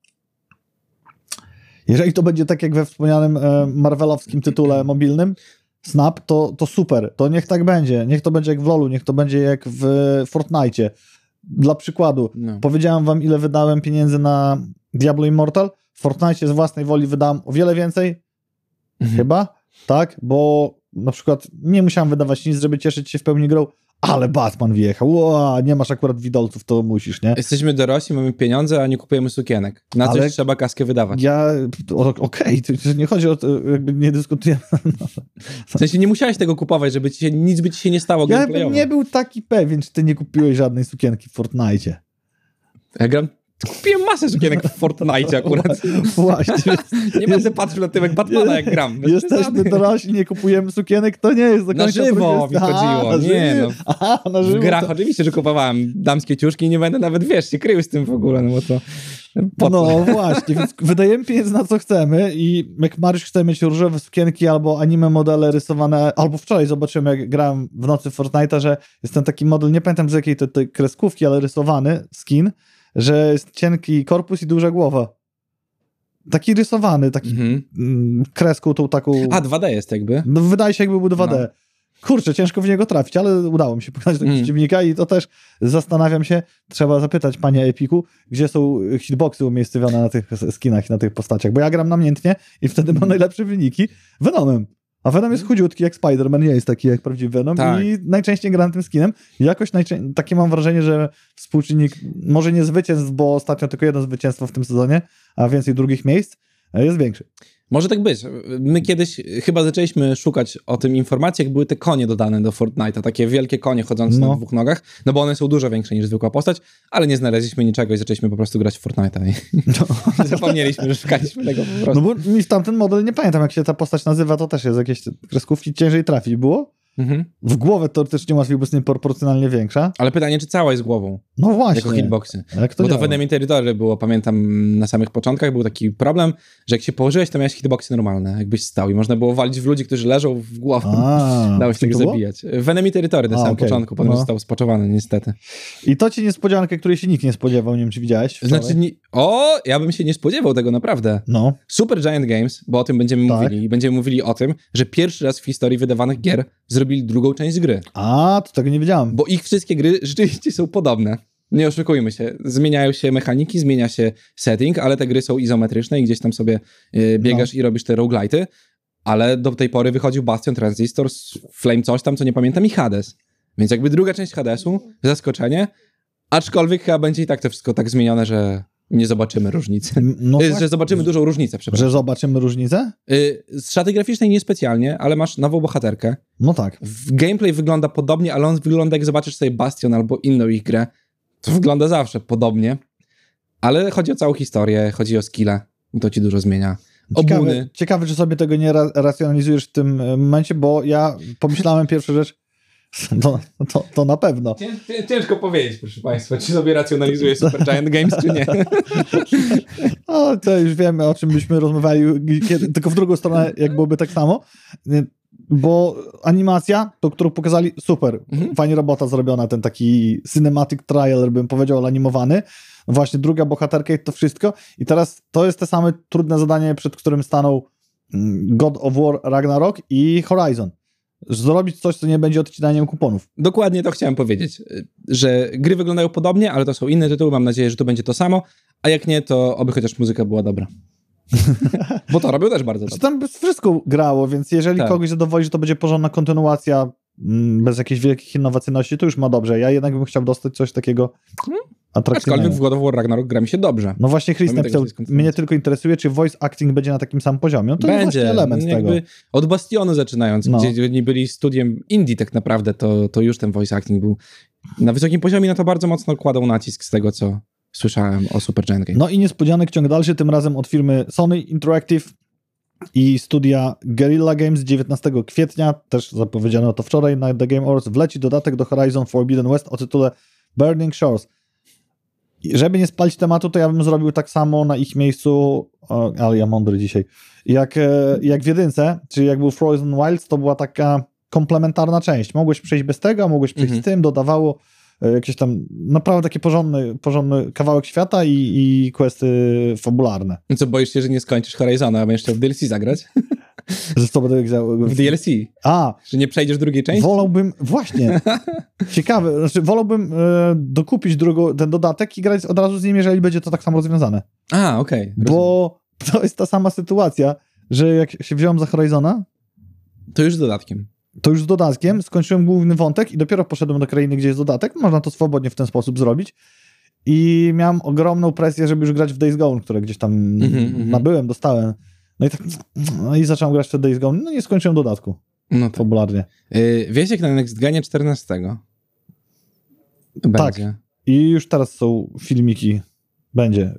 Jeżeli to będzie tak jak we wspomnianym marvelowskim tytule mobilnym, Snap, to super. To niech tak będzie. Niech to będzie jak w LoLu, niech to będzie jak w Fortnite'cie. Dla przykładu, powiedziałem wam, ile wydałem pieniędzy na Diablo Immortal. W Fortnite z własnej woli wydałem o wiele więcej. Chyba, tak? Bo na przykład nie musiałem wydawać nic, żeby cieszyć się w pełni grą, ale Batman wjechał. Nie masz akurat widolców, to musisz, nie? Jesteśmy dorośli, mamy pieniądze, a nie kupujemy sukienek. Na coś trzeba kaskę wydawać. Okej, nie chodzi o to, jakby nie dyskutujemy. W sensie nie musiałeś tego kupować, żeby nic by ci się nie stało gameplayowo. Ja bym nie był taki pewien, czy ty nie kupiłeś żadnej sukienki w Fortnite'cie. Kupiłem masę sukienek w Fortnite akurat. Właśnie. Nie będę patrzył na tyłek Batmana jak gram. Jesteśmy dorośli, nie kupujemy sukienek, to nie jest do końca... Na żywo mi chodziło. Na żywo. W grach oczywiście, że kupowałem damskie ciuszki i nie będę nawet, się krył z tym w ogóle, no bo to... No właśnie, więc wydajemy pieniądze na co chcemy i jak Mariusz chce mieć różowe sukienki albo anime modele rysowane, albo wczoraj zobaczyłem, jak grałem w nocy w Fortnite'a, że jest ten taki model, nie pamiętam z jakiej to kreskówki, ale rysowany skin, że jest cienki korpus i duża głowa. Taki rysowany, taki kreską tą taką... 2D jest jakby? No, wydaje się, jakby był 2D. No. Kurczę, ciężko w niego trafić, ale udało mi się pokonać tego przeciwnika i to też zastanawiam się, trzeba zapytać panie Epiku, gdzie są hitboxy umiejscowione na tych skinach i na tych postaciach, bo ja gram namiętnie i wtedy mam najlepsze wyniki Venomem. A Venom jest chudziutki jak Spider-Man, nie jest taki jak prawdziwy Venom i najczęściej gram tym skinem. I jakoś takie mam wrażenie, że współczynnik, może nie zwycięstw, bo ostatnio tylko jedno zwycięstwo w tym sezonie, a więcej drugich miejsc, jest większy. Może tak być. My kiedyś chyba zaczęliśmy szukać o tym informacji, jak były te konie dodane do Fortnite'a, takie wielkie konie chodzące na dwóch nogach, no bo one są dużo większe niż zwykła postać, ale nie znaleźliśmy niczego i zaczęliśmy po prostu grać w Fortnite'a i zapomnieliśmy, że szukaliśmy tego po prostu. No bo mi tamten model, nie pamiętam jak się ta postać nazywa, to też jest jakieś kreskówki, ciężej trafić było. W głowę teoretycznie łatwiej, bo jest nieproporcjonalnie większa. Ale pytanie, czy cała jest głową? No właśnie. Jako hitboxy. Bo to w Enemy Territory było, pamiętam na samych początkach, był taki problem, że jak się położyłeś, to miałeś hitboxy normalne, jakbyś stał i można było walić w ludzi, którzy leżą w głowę. Dało się tak zabijać. W Enemy Territory na samym początku, potem został spoczowany niestety. I to ci niespodziankę, której się nikt nie spodziewał, nie wiem czy widziałeś wczoraj. Znaczy, ja bym się nie spodziewał tego naprawdę. No. Super Giant Games, bo o tym będziemy mówili i będziemy mówili o tym, że pierwszy raz w historii wydawanych gier zrobili drugą część gry. To tego nie wiedziałem. Bo ich wszystkie gry rzeczywiście są podobne. Nie oszukujmy się. Zmieniają się mechaniki, zmienia się setting, ale te gry są izometryczne i gdzieś tam sobie biegasz i robisz te roguelite'y, ale do tej pory wychodził Bastion, Transistor, Flame coś tam, co nie pamiętam, i Hades. Więc jakby druga część Hadesu, zaskoczenie, aczkolwiek chyba będzie i tak to wszystko tak zmienione, że nie zobaczymy różnicy. No tak. Że zobaczymy dużą różnicę, przepraszam. Że zobaczymy różnicę? Z szaty graficznej niespecjalnie, ale masz nową bohaterkę. No tak. W gameplay wygląda podobnie, ale on wygląda, jak zobaczysz sobie Bastion albo inną ich grę, to wygląda zawsze podobnie. Ale chodzi o całą historię, chodzi o skille, to ci dużo zmienia. Ciekawe, czy sobie tego nie racjonalizujesz w tym momencie, bo ja pomyślałem pierwszą rzecz, to na pewno. Ciężko powiedzieć, proszę państwa, czy sobie racjonalizuje Supergiant Games, czy nie. O, to już wiemy, o czym byśmy rozmawiali, tylko w drugą stronę, jak byłoby tak samo. Bo animacja, to którą pokazali, super, fajnie robota zrobiona, ten taki cinematic trailer, bym powiedział, animowany. Właśnie druga bohaterka i to wszystko. I teraz to jest te same trudne zadanie, przed którym stanął God of War Ragnarok i Horizon. Zrobić coś, co nie będzie odcinaniem kuponów. Dokładnie to chciałem powiedzieć, że gry wyglądają podobnie, ale to są inne tytuły, mam nadzieję, że to będzie to samo, a jak nie, to oby chociaż muzyka była dobra. Bo to robią też bardzo dobrze. Tam wszystko grało, więc jeżeli kogoś zadowoli, że to będzie porządna kontynuacja bez jakiejś wielkich innowacyjności, to już ma dobrze. Ja jednak bym chciał dostać coś takiego atrakcyjnego. Aczkolwiek w God of War Ragnarok gra mi się dobrze. No właśnie Chris napisał, mnie tylko interesuje, czy voice acting będzie na takim samym poziomie. No to będzie, jest właśnie element tego. Od Bastionu zaczynając, gdzie nie byli studiem indie tak naprawdę, to już ten voice acting był na wysokim poziomie, na to bardzo mocno kładą nacisk z tego, co słyszałem o Supergiant Games. No i niespodzianek ciąg dalszy, tym razem od firmy Sony Interactive i studia Guerrilla Games 19 kwietnia, też zapowiedziano to wczoraj na The Game Awards, wleci dodatek do Horizon Forbidden West o tytule Burning Shores. I żeby nie spalić tematu, to ja bym zrobił tak samo na ich miejscu, ale ja mądry dzisiaj, jak w jedynce, czyli jak był Frozen Wilds, to była taka komplementarna część. Mogłeś przejść bez tego, mogłeś przejść z tym, dodawało jakieś tam naprawdę takie porządny kawałek świata i questy fabularne. I co, boisz się, że nie skończysz Horizona, a będziesz chciał w DLC zagrać? Że co będę w DLC. Że nie przejdziesz drugiej części? Wolałbym, właśnie, ciekawe, znaczy wolałbym dokupić ten dodatek i grać od razu z nim, jeżeli będzie to tak samo rozwiązane. Okej. Bo to jest ta sama sytuacja, że jak się wziąłem za Horizona, to już z dodatkiem. Skończyłem główny wątek i dopiero poszedłem do krainy, gdzie jest dodatek. Można to swobodnie w ten sposób zrobić. I miałem ogromną presję, żeby już grać w Days Gone, które gdzieś tam nabyłem, dostałem. No i zacząłem grać w Days Gone. No i nie skończyłem dodatku. No tak. Fabularnie. Wiesz, jak na Next Genie 14 będzie? Tak. I już teraz są filmiki. Będzie.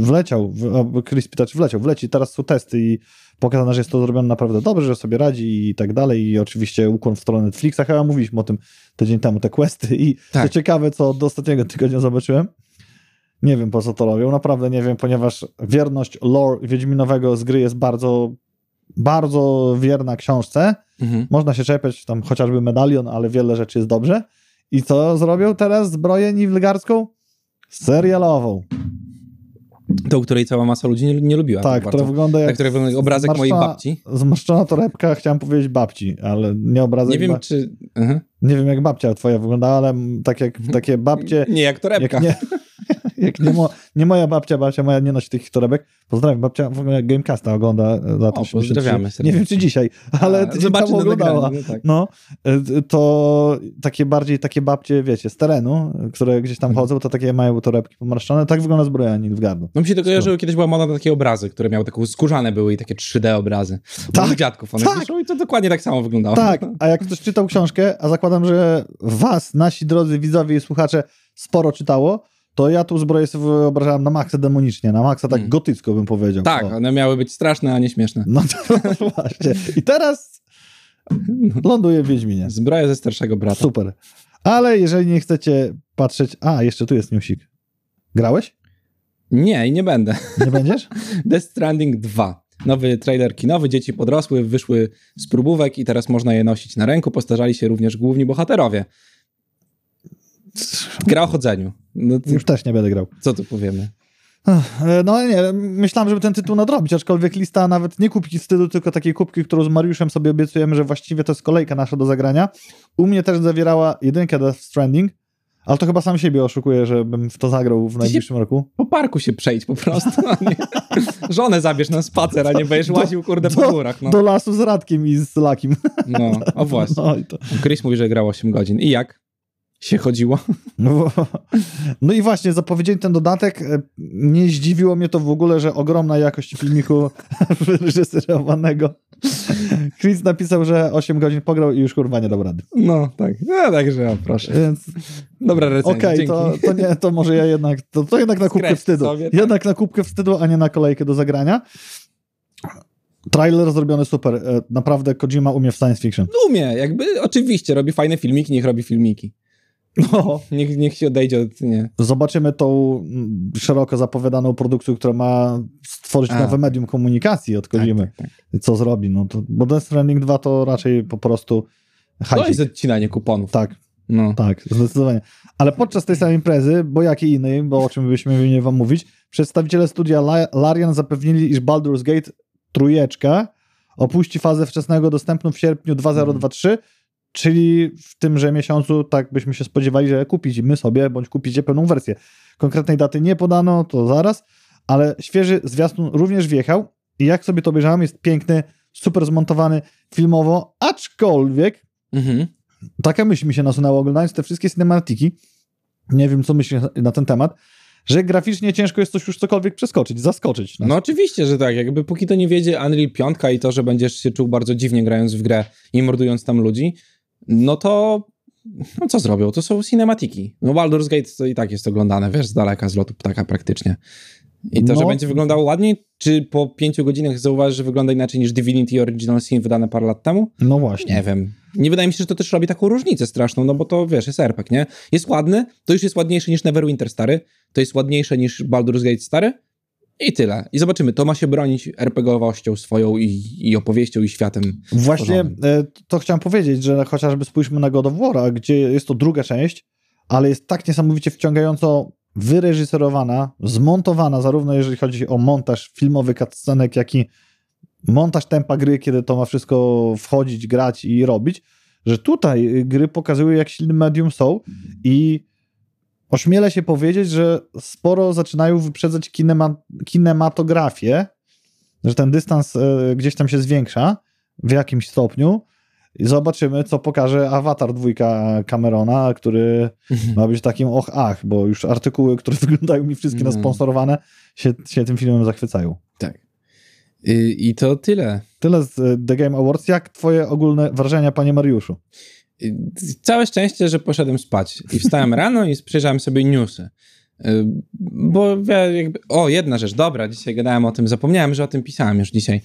Wleci. Teraz są testy i pokazane, że jest to zrobione naprawdę dobrze, że sobie radzi i tak dalej. I oczywiście ukłon w stronę Netflixa. Chyba mówiliśmy o tym tydzień temu, te questy. I co ciekawe, co do ostatniego tygodnia zobaczyłem. Nie wiem, po co to robią. Naprawdę nie wiem, ponieważ wierność lore Wiedźminowego z gry jest bardzo, bardzo wierna książce. Można się czepiać, tam chociażby medalion, ale wiele rzeczy jest dobrze. I co zrobią teraz? Zbroję niwilgarską? Serialową. Tą, której cała masa ludzi nie lubiła. Tak, która wygląda jak obrazek mojej babci. Zmarszczona torebka, chciałem powiedzieć babci, ale nie obrazek. Nie wiem, czy... Nie wiem, jak babcia twoja wyglądała, ale tak jak takie babcie... Nie jak torebka. Jak nie moja babcia moja nie nosi tych torebek. Pozdrawiam, babcia w ogóle Gamecasta ogląda lata 83. Pozdrawiamy serdecznie. Nie wiem, czy dzisiaj, ale tydzień temu oglądała. No, to takie babcie, wiecie, z terenu, które gdzieś tam chodzą, to takie mają torebki pomarszczone. Tak wygląda zbroja Nilfgaardu. No mi się to kojarzyło, kiedyś była moda na takie obrazy, które miały taką skórzane były i takie 3D obrazy. Tak. Dziadków one wyszły i to dokładnie tak samo wyglądało. Tak, a jak ktoś czytał książkę, a zakładam, że was, nasi drodzy widzowie i słuchacze, sporo czytało, to ja tu zbroję sobie wyobrażałem na maksa demonicznie, na maksa tak gotycko bym powiedział. Tak, one miały być straszne, a nie śmieszne. No to właśnie. I teraz ląduje w Wiedźminie. Zbroja ze starszego brata. Super. Ale jeżeli nie chcecie patrzeć... jeszcze tu jest newsik. Grałeś? Nie, i nie będę. Nie będziesz? Death Stranding 2. Nowy trailer kinowy, dzieci podrosły, wyszły z próbówek i teraz można je nosić na ręku. Postarzali się również główni bohaterowie. Gra o chodzeniu. Już też nie będę grał. Co tu powiemy? No nie, myślałem, żeby ten tytuł nadrobić, aczkolwiek lista nawet nie kubki wstydu, tylko takiej kubki, którą z Mariuszem sobie obiecujemy, że właściwie to jest kolejka nasza do zagrania. U mnie też zawierała jedynkę Death Stranding, Ale to chyba sam siebie oszukuje, żebym w to zagrał w najbliższym roku. Po parku się przejdź po prostu. Żonę zabierz na spacer, a nie będziesz łaził, kurde, po górach. No. Do lasu z Radkiem i z Lakim. No, o właśnie. No, to... Chris mówi, że grał 8 godzin. I jak się chodziło? No i właśnie, zapowiedzieli ten dodatek. Nie zdziwiło mnie to w ogóle, że ogromna jakość filmiku wyreżyserowanego. Chris napisał, że 8 godzin pograł i już kurwa nie dał rady. No, tak. No, także o, proszę. Więc... Dobra recenzja, Okej, to może ja jednak, to jednak na kubkę wstydu. Sobie, tak? Jednak na kubkę wstydu, a nie na kolejkę do zagrania. Trailer zrobiony super. Naprawdę Kojima umie w science fiction. Umie, jakby oczywiście robi fajne filmiki, niech robi filmiki. No. Niech się odejdzie od... Nie. Zobaczymy tą szeroko zapowiadaną produkcję, która ma stworzyć nowe medium komunikacji od Kojimy. Tak. Co zrobi? No to, bo Death Stranding 2 to raczej po prostu hajcik. To jest odcinanie kuponów. Tak. No. Tak, zdecydowanie. Ale podczas tej samej imprezy, bo jakiej innej, bo o czym byśmy mieli wam mówić, przedstawiciele studia Larian zapewnili, iż Baldur's Gate 3 opuści fazę wczesnego dostępnu w sierpniu 2023, czyli w tymże miesiącu tak byśmy się spodziewali, że kupimy sobie, bądź kupicie pełną wersję. Konkretnej daty nie podano, to zaraz, ale świeży zwiastun również wjechał i jak sobie to obejrzałem, jest piękny, super zmontowany filmowo, aczkolwiek taka myśl mi się nasunęła oglądając te wszystkie cinematiki, nie wiem co myślisz na ten temat, że graficznie ciężko jest coś już cokolwiek przeskoczyć, zaskoczyć. No oczywiście, że tak. Jakby póki to nie wiedzie Unreal 5 i to, że będziesz się czuł bardzo dziwnie grając w grę i mordując tam ludzi, no to no co zrobią? To są cinematiki. No Baldur's Gate to i tak jest oglądane, wiesz, z daleka, z lotu ptaka praktycznie. I to, że będzie wyglądało ładniej, czy po 5 godzinach zauważysz, że wygląda inaczej niż Divinity Original Sin wydane parę lat temu? No właśnie. Nie wiem. Nie wydaje mi się, że to też robi taką różnicę straszną, no bo to, wiesz, jest RPG, nie? Jest ładny, to już jest ładniejsze niż Neverwinter stary, to jest ładniejsze niż Baldur's Gate stary i tyle. I zobaczymy, to ma się bronić RPG-owością swoją i opowieścią i światem. Właśnie to chciałem powiedzieć, że chociażby spójrzmy na God of War, gdzie jest to druga część, ale jest tak niesamowicie wciągająco wyreżyserowana, zmontowana, zarówno jeżeli chodzi o montaż filmowy cutscenek, jak i montaż tempa gry, kiedy to ma wszystko wchodzić, grać i robić, że tutaj gry pokazują, jak silny medium są i ośmielę się powiedzieć, że sporo zaczynają wyprzedzać kinematografię, że ten dystans gdzieś tam się zwiększa w jakimś stopniu i zobaczymy, co pokaże Avatar 2 Camerona, który ma być takim bo już artykuły, które wyglądają mi wszystkie na sponsorowane, się tym filmem zachwycają. Tak. I to tyle. Tyle z The Game Awards. Jak twoje ogólne wrażenia, panie Mariuszu? Całe szczęście, że poszedłem spać i wstałem rano i przejrzałem sobie newsy. Bo ja jakby... O, jedna rzecz, dobra, dzisiaj gadałem o tym, zapomniałem, że o tym pisałem już dzisiaj.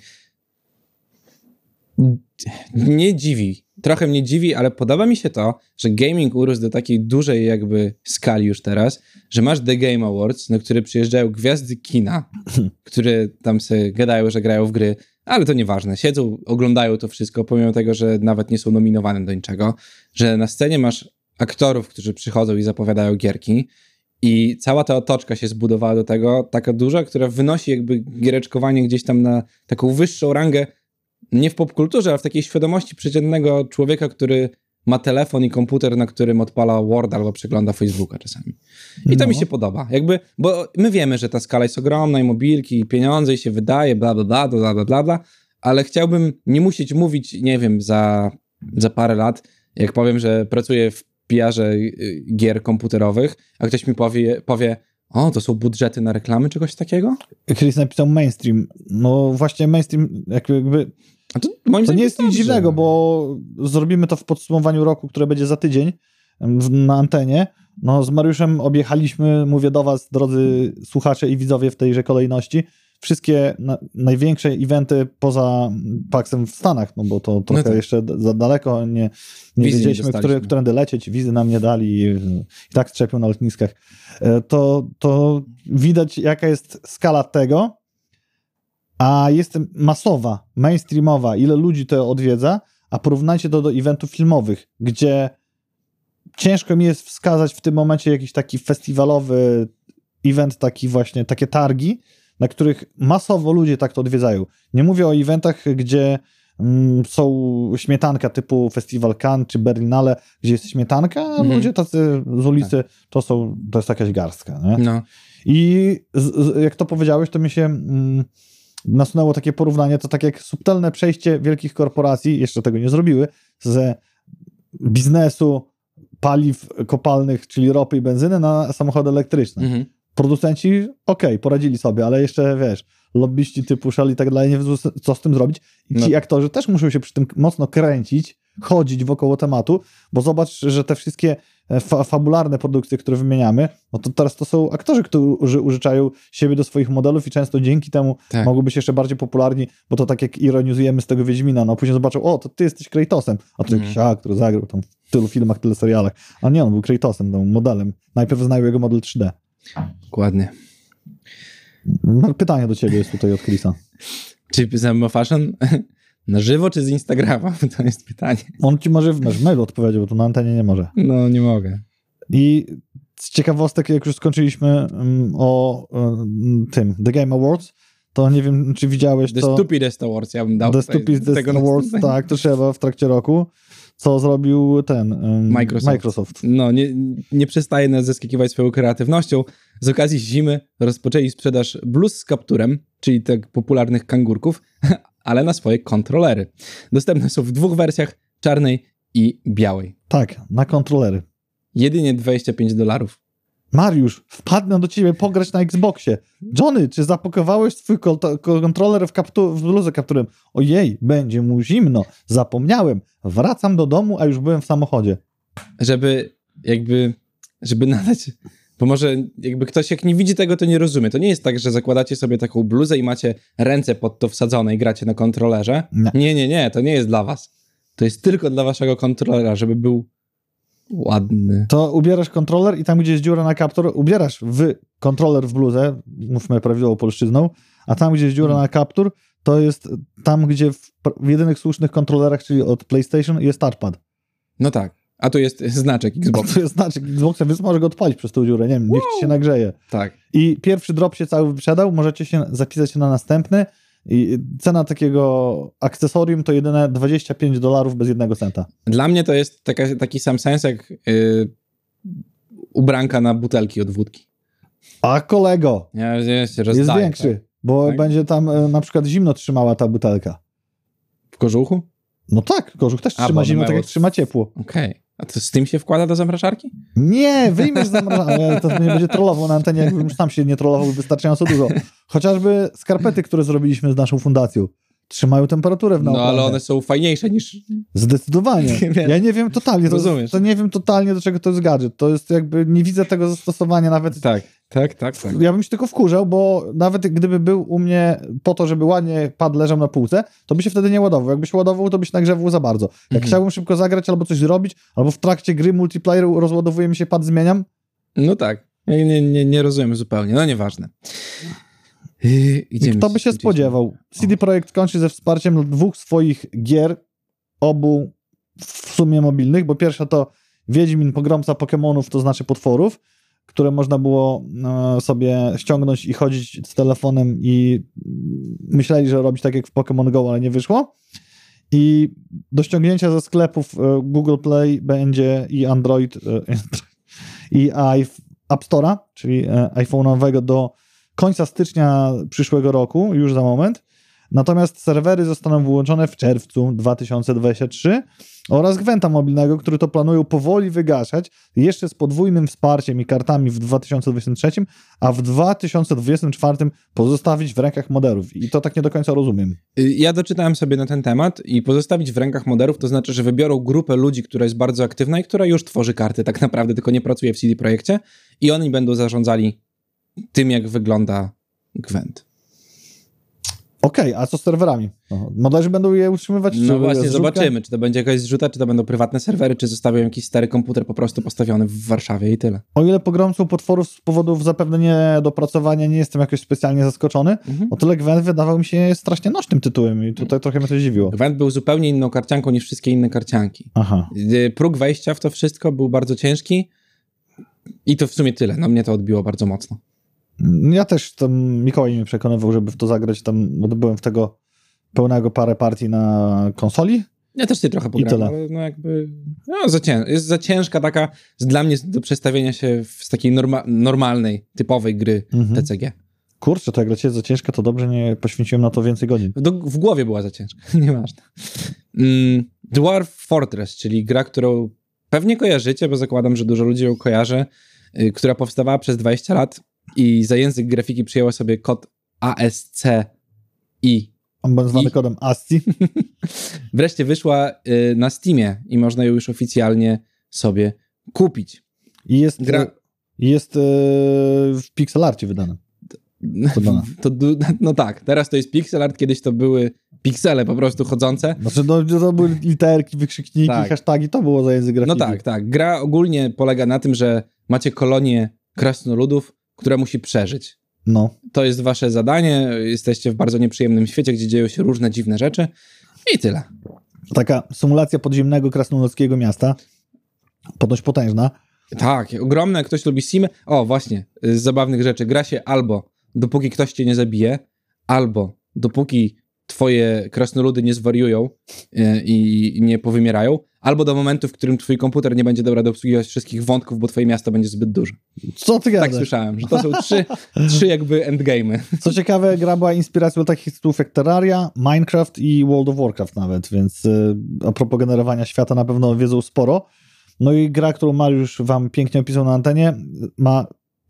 Nie dziwi, trochę mnie dziwi, ale podoba mi się to, że gaming urósł do takiej dużej jakby skali już teraz, że masz The Game Awards, na które przyjeżdżają gwiazdy kina, które tam sobie gadają, że grają w gry, ale to nieważne, siedzą, oglądają to wszystko, pomimo tego, że nawet nie są nominowane do niczego, że na scenie masz aktorów, którzy przychodzą i zapowiadają gierki i cała ta otoczka się zbudowała do tego, taka duża, która wynosi jakby giereczkowanie gdzieś tam na taką wyższą rangę, nie w popkulturze, ale w takiej świadomości przeciętnego człowieka, który ma telefon i komputer, na którym odpala Word albo przegląda Facebooka czasami. I to mi się podoba. Jakby, bo my wiemy, że ta skala jest ogromna i mobilki, i pieniądze, i się wydaje, bla, bla, bla, bla, bla, bla, bla, ale chciałbym nie musieć mówić, nie wiem, za parę lat, jak powiem, że pracuję w PR-ze gier komputerowych, a ktoś mi powie o, to są budżety na reklamy, czegoś takiego? Chris napisał mainstream. No właśnie mainstream jakby... A to moim to nie jest nic dziwnego, bo zrobimy to w podsumowaniu roku, które będzie za tydzień na antenie. No z Mariuszem objechaliśmy, mówię do was, drodzy słuchacze i widzowie w tejże kolejności, wszystkie największe eventy poza PAX-em w Stanach, no bo to trochę jeszcze za daleko, nie wiedzieliśmy, którędy lecieć, wizy nam nie dali i tak strzepią na lotniskach. To widać, jaka jest skala tego, a jest masowa, mainstreamowa, ile ludzi to odwiedza, a porównajcie to do eventów filmowych, gdzie ciężko mi jest wskazać w tym momencie jakiś taki festiwalowy event, taki właśnie, takie targi, na których masowo ludzie tak to odwiedzają. Nie mówię o eventach, gdzie są śmietanka typu Festiwal Cannes czy Berlinale, gdzie jest śmietanka, a ludzie tacy z ulicy to jest jakaś garstka. Nie? No. I jak to powiedziałeś, to mi się nasunęło takie porównanie, to tak jak subtelne przejście wielkich korporacji, jeszcze tego nie zrobiły, z biznesu paliw kopalnych, czyli ropy i benzyny, na samochody elektryczne. Producenci, poradzili sobie, ale jeszcze, wiesz, lobbyści typu Shell i tak dalej, nie wiedzą, co z tym zrobić. I ci aktorzy też muszą się przy tym mocno kręcić, chodzić wokoło tematu, bo zobacz, że te wszystkie fabularne produkcje, które wymieniamy, no to teraz to są aktorzy, którzy użyczają siebie do swoich modelów i często dzięki temu mogą być jeszcze bardziej popularni, bo to tak jak ironizujemy z tego Wiedźmina, no później zobaczą, to ty jesteś Kratosem, a to jakiś który zagrał tam w tylu filmach, tyle serialach. A nie, on był Kratosem, tam modelem. Najpierw znają jego model 3D. Dokładnie. No, pytanie do ciebie jest tutaj od Chrisa. Czy pisałem o fashion? Na żywo czy z Instagrama? To jest pytanie. On ci może w mailu odpowiedział, bo tu na antenie nie może. No, nie mogę. I z ciekawostek, jak już skończyliśmy o tym, The Game Awards, to nie wiem, czy widziałeś The Stupidest Awards, ja bym dał. The Stupidest Awards, tak, to trzeba w trakcie roku. Co zrobił Microsoft. No, nie przestaje nas zaskakiwać swoją kreatywnością. Z okazji zimy rozpoczęli sprzedaż bluz z kapturem, czyli tak popularnych kangurków, ale na swoje kontrolery. Dostępne są w 2 wersjach, czarnej i białej. Tak, na kontrolery. Jedynie $25. Mariusz, wpadnę do ciebie pograć na Xboxie. Johnny, czy zapakowałeś swój kontroler w bluzę kapturem? Ojej, będzie mu zimno. Zapomniałem. Wracam do domu, a już byłem w samochodzie. Żeby nadać... Bo może jakby ktoś jak nie widzi tego, to nie rozumie. To nie jest tak, że zakładacie sobie taką bluzę i macie ręce pod to wsadzone i gracie na kontrolerze. Nie, to nie jest dla was. To jest tylko dla waszego kontrolera, żeby był ładny. To ubierasz kontroler i tam, gdzie jest dziura na kaptur, ubierasz kontroler w bluzę, mówmy prawidłową polszczyzną, a tam, gdzie jest dziura na kaptur, to jest tam, gdzie w jedynych słusznych kontrolerach, czyli od PlayStation, jest touchpad. No tak. A tu jest znaczek Xboxa. Tu jest znaczek Xboxa, więc możesz go odpalić przez tą dziurę, nie wiem, niech ci się nagrzeje. Tak. I pierwszy drop się cały wyprzedał, możecie się zapisać na następny i cena takiego akcesorium to jedyne $25 bez 1 centa. Dla mnie to jest taki sam sens jak ubranka na butelki od wódki. A kolego, jest większy, tak? bo tak? będzie tam na przykład zimno trzymała ta butelka. W kożuchu? No tak, kożuch też trzyma zimno, tak jak trzyma ciepło. Okej. A to z tym się wkłada do zamrażarki? Nie, wyjmiesz zamrażarkę, to nie będzie trollował na antenie, jakbym już sam się nie trollował wystarczająco dużo. Chociażby skarpety, które zrobiliśmy z naszą fundacją, trzymają temperaturę w nauce. No ale one są fajniejsze niż... Zdecydowanie. Ja nie wiem totalnie, to nie wiem totalnie, do czego to jest gadżet. To jest jakby, nie widzę tego zastosowania nawet. Tak. Ja bym się tylko wkurzał, bo nawet gdyby był u mnie po to, żeby ładnie pad leżał na półce, to by się wtedy nie ładował. Jakby się ładował, to by się nagrzewał za bardzo. Jak chciałbym szybko zagrać albo coś zrobić, albo w trakcie gry multiplayeru rozładowuje mi się pad, zmieniam. No tak. Ja nie rozumiem zupełnie. No nieważne. Kto by się spodziewał? CD Projekt kończy ze wsparciem 2 swoich gier, obu w sumie mobilnych, bo pierwsza to Wiedźmin, pogromca Pokemonów, to znaczy potworów, które można było sobie ściągnąć i chodzić z telefonem i myśleli, że robić tak jak w Pokémon Go, ale nie wyszło. I do ściągnięcia ze sklepów Google Play będzie i Android i App Store'a, czyli iPhone'owego do końca stycznia przyszłego roku, już za moment. Natomiast serwery zostaną wyłączone w czerwcu 2023 oraz Gwenta mobilnego, który to planują powoli wygaszać, jeszcze z podwójnym wsparciem i kartami w 2023, a w 2024 pozostawić w rękach moderów. I to tak nie do końca rozumiem. Ja doczytałem sobie na ten temat i pozostawić w rękach moderów, to znaczy, że wybiorą grupę ludzi, która jest bardzo aktywna i która już tworzy karty tak naprawdę, tylko nie pracuje w CD Projekcie i oni będą zarządzali tym, jak wygląda Gwent. Okej, a co z serwerami? Moderzy będą je utrzymywać? No właśnie, zobaczymy, czy to będzie jakaś zrzuta, czy to będą prywatne serwery, czy zostawią jakiś stary komputer po prostu postawiony w Warszawie i tyle. O ile pogromcą potworów z powodów zapewne niedopracowania nie jestem jakoś specjalnie zaskoczony, o tyle Gwent wydawał mi się strasznie nośnym tytułem i tutaj trochę mnie to zdziwiło. Gwent był zupełnie inną karcianką niż wszystkie inne karcianki. Aha. Próg wejścia w to wszystko był bardzo ciężki i to w sumie tyle. No mnie to odbiło bardzo mocno. Ja też tam Mikołaj mnie przekonywał, żeby w to zagrać, tam byłem w tego pełnego parę partii na konsoli. Ja też nie trochę pograłem, ale no jakby jest za ciężka taka dla mnie do przestawienia się z takiej normalnej, typowej gry TCG. Kurczę, to jak dla ciebie za ciężka, to dobrze nie poświęciłem na to więcej godzin. W głowie była za ciężka, nieważne. Dwarf Fortress, czyli gra, którą pewnie kojarzycie, bo zakładam, że dużo ludzi ją kojarzy, która powstawała przez 20 lat i za język grafiki przyjęła sobie kod ASCII. Zwany kodem ASCII. Wreszcie wyszła na Steamie i można ją już oficjalnie sobie kupić. I jest w pixelarcie wydane. No tak, teraz to jest pixel art, kiedyś to były piksele po prostu chodzące. Znaczy, to były literki, wykrzykniki, hashtagi, to było za język grafiki. No tak. Gra ogólnie polega na tym, że macie kolonię krasnoludów, która musi przeżyć. No. To jest wasze zadanie, jesteście w bardzo nieprzyjemnym świecie, gdzie dzieją się różne dziwne rzeczy i tyle. Taka symulacja podziemnego krasnoludzkiego miasta, ponoć potężna. Tak, ogromne, jak ktoś lubi simy. O, właśnie, z zabawnych rzeczy. Gra się albo dopóki ktoś cię nie zabije, albo dopóki twoje krasnoludy nie zwariują i nie powymierają, albo do momentu, w którym twój komputer nie będzie dał rady obsługiwać wszystkich wątków, bo twoje miasto będzie zbyt duże. Co ty gadasz? Tak słyszałem, że to są trzy jakby endgame'y. Co ciekawe, gra była inspiracją takich tytułów jak Terraria, Minecraft i World of Warcraft nawet, więc a propos generowania świata na pewno wiedzą sporo. No i gra, którą Mariusz wam pięknie opisał na antenie, ma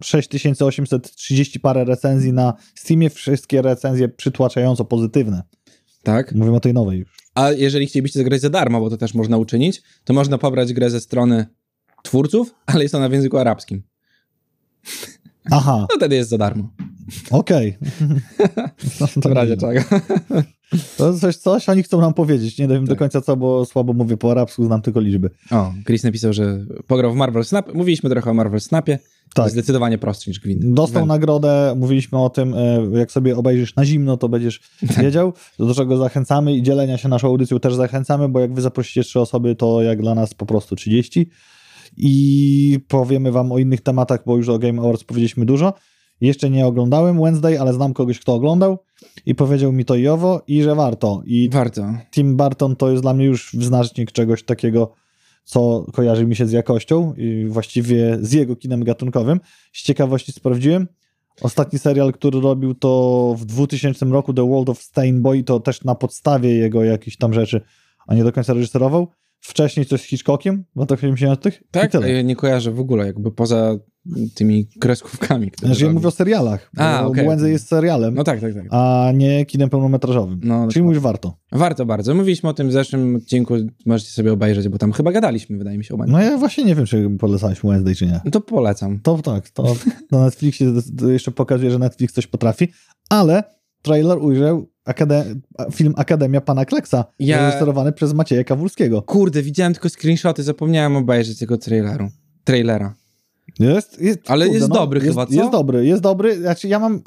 6830 parę recenzji na Steamie, wszystkie recenzje przytłaczająco pozytywne. Tak. Mówimy o tej nowej już. A jeżeli chcielibyście zagrać za darmo, bo to też można uczynić, to można pobrać grę ze strony twórców, ale jest ona w języku arabskim. Aha. No wtedy jest za darmo. Okej. W razie czego. To coś oni chcą nam powiedzieć. Nie wiem do końca co, bo słabo mówię po arabsku, znam tylko liczby. O, Chris napisał, że pograł w Marvel Snap. Mówiliśmy trochę o Marvel Snapie. Tak. Zdecydowanie prostszy niż Gwint. Dostał nagrodę, mówiliśmy o tym, jak sobie obejrzysz na zimno, to będziesz wiedział, do czego zachęcamy i dzielenia się naszą audycją też zachęcamy, bo jak wy zaprosicie 3 osoby, to jak dla nas po prostu 30. I powiemy wam o innych tematach, bo już o Game Awards powiedzieliśmy dużo. Jeszcze nie oglądałem Wednesday, ale znam kogoś, kto oglądał i powiedział mi to i owo, i że warto. I warto. Tim Burton to jest dla mnie już wyznacznik czegoś takiego, co kojarzy mi się z jakością i właściwie z jego kinem gatunkowym. Z ciekawości sprawdziłem. Ostatni serial, który robił, to w 2000 roku The World of Steinboy, to też na podstawie jego jakichś tam rzeczy, a nie do końca reżyserował. Wcześniej coś z Hitchcockiem w latach 80. Tak, ja nie kojarzę w ogóle, jakby poza tymi kreskówkami. Ja mówię o serialach, bo Wednesday jest serialem, no tak. a nie kinem pełnometrażowym. Czyli mówisz warto. Warto bardzo. Mówiliśmy o tym w zeszłym odcinku, możecie sobie obejrzeć, bo tam chyba gadaliśmy, wydaje mi się, o Wednesday. No ja właśnie nie wiem, czy polecałeś Wednesday, czy nie. No to polecam. To na Netflixie jeszcze pokazuje, że Netflix coś potrafi, ale trailer ujrzał film Akademia Pana Kleksa, reżyserowany przez Macieja Kawulskiego. Kurde, widziałem tylko screenshoty, zapomniałem obejrzeć tego trailera. Ale jest dobry chyba, co? Jest dobry. Znaczy ja mam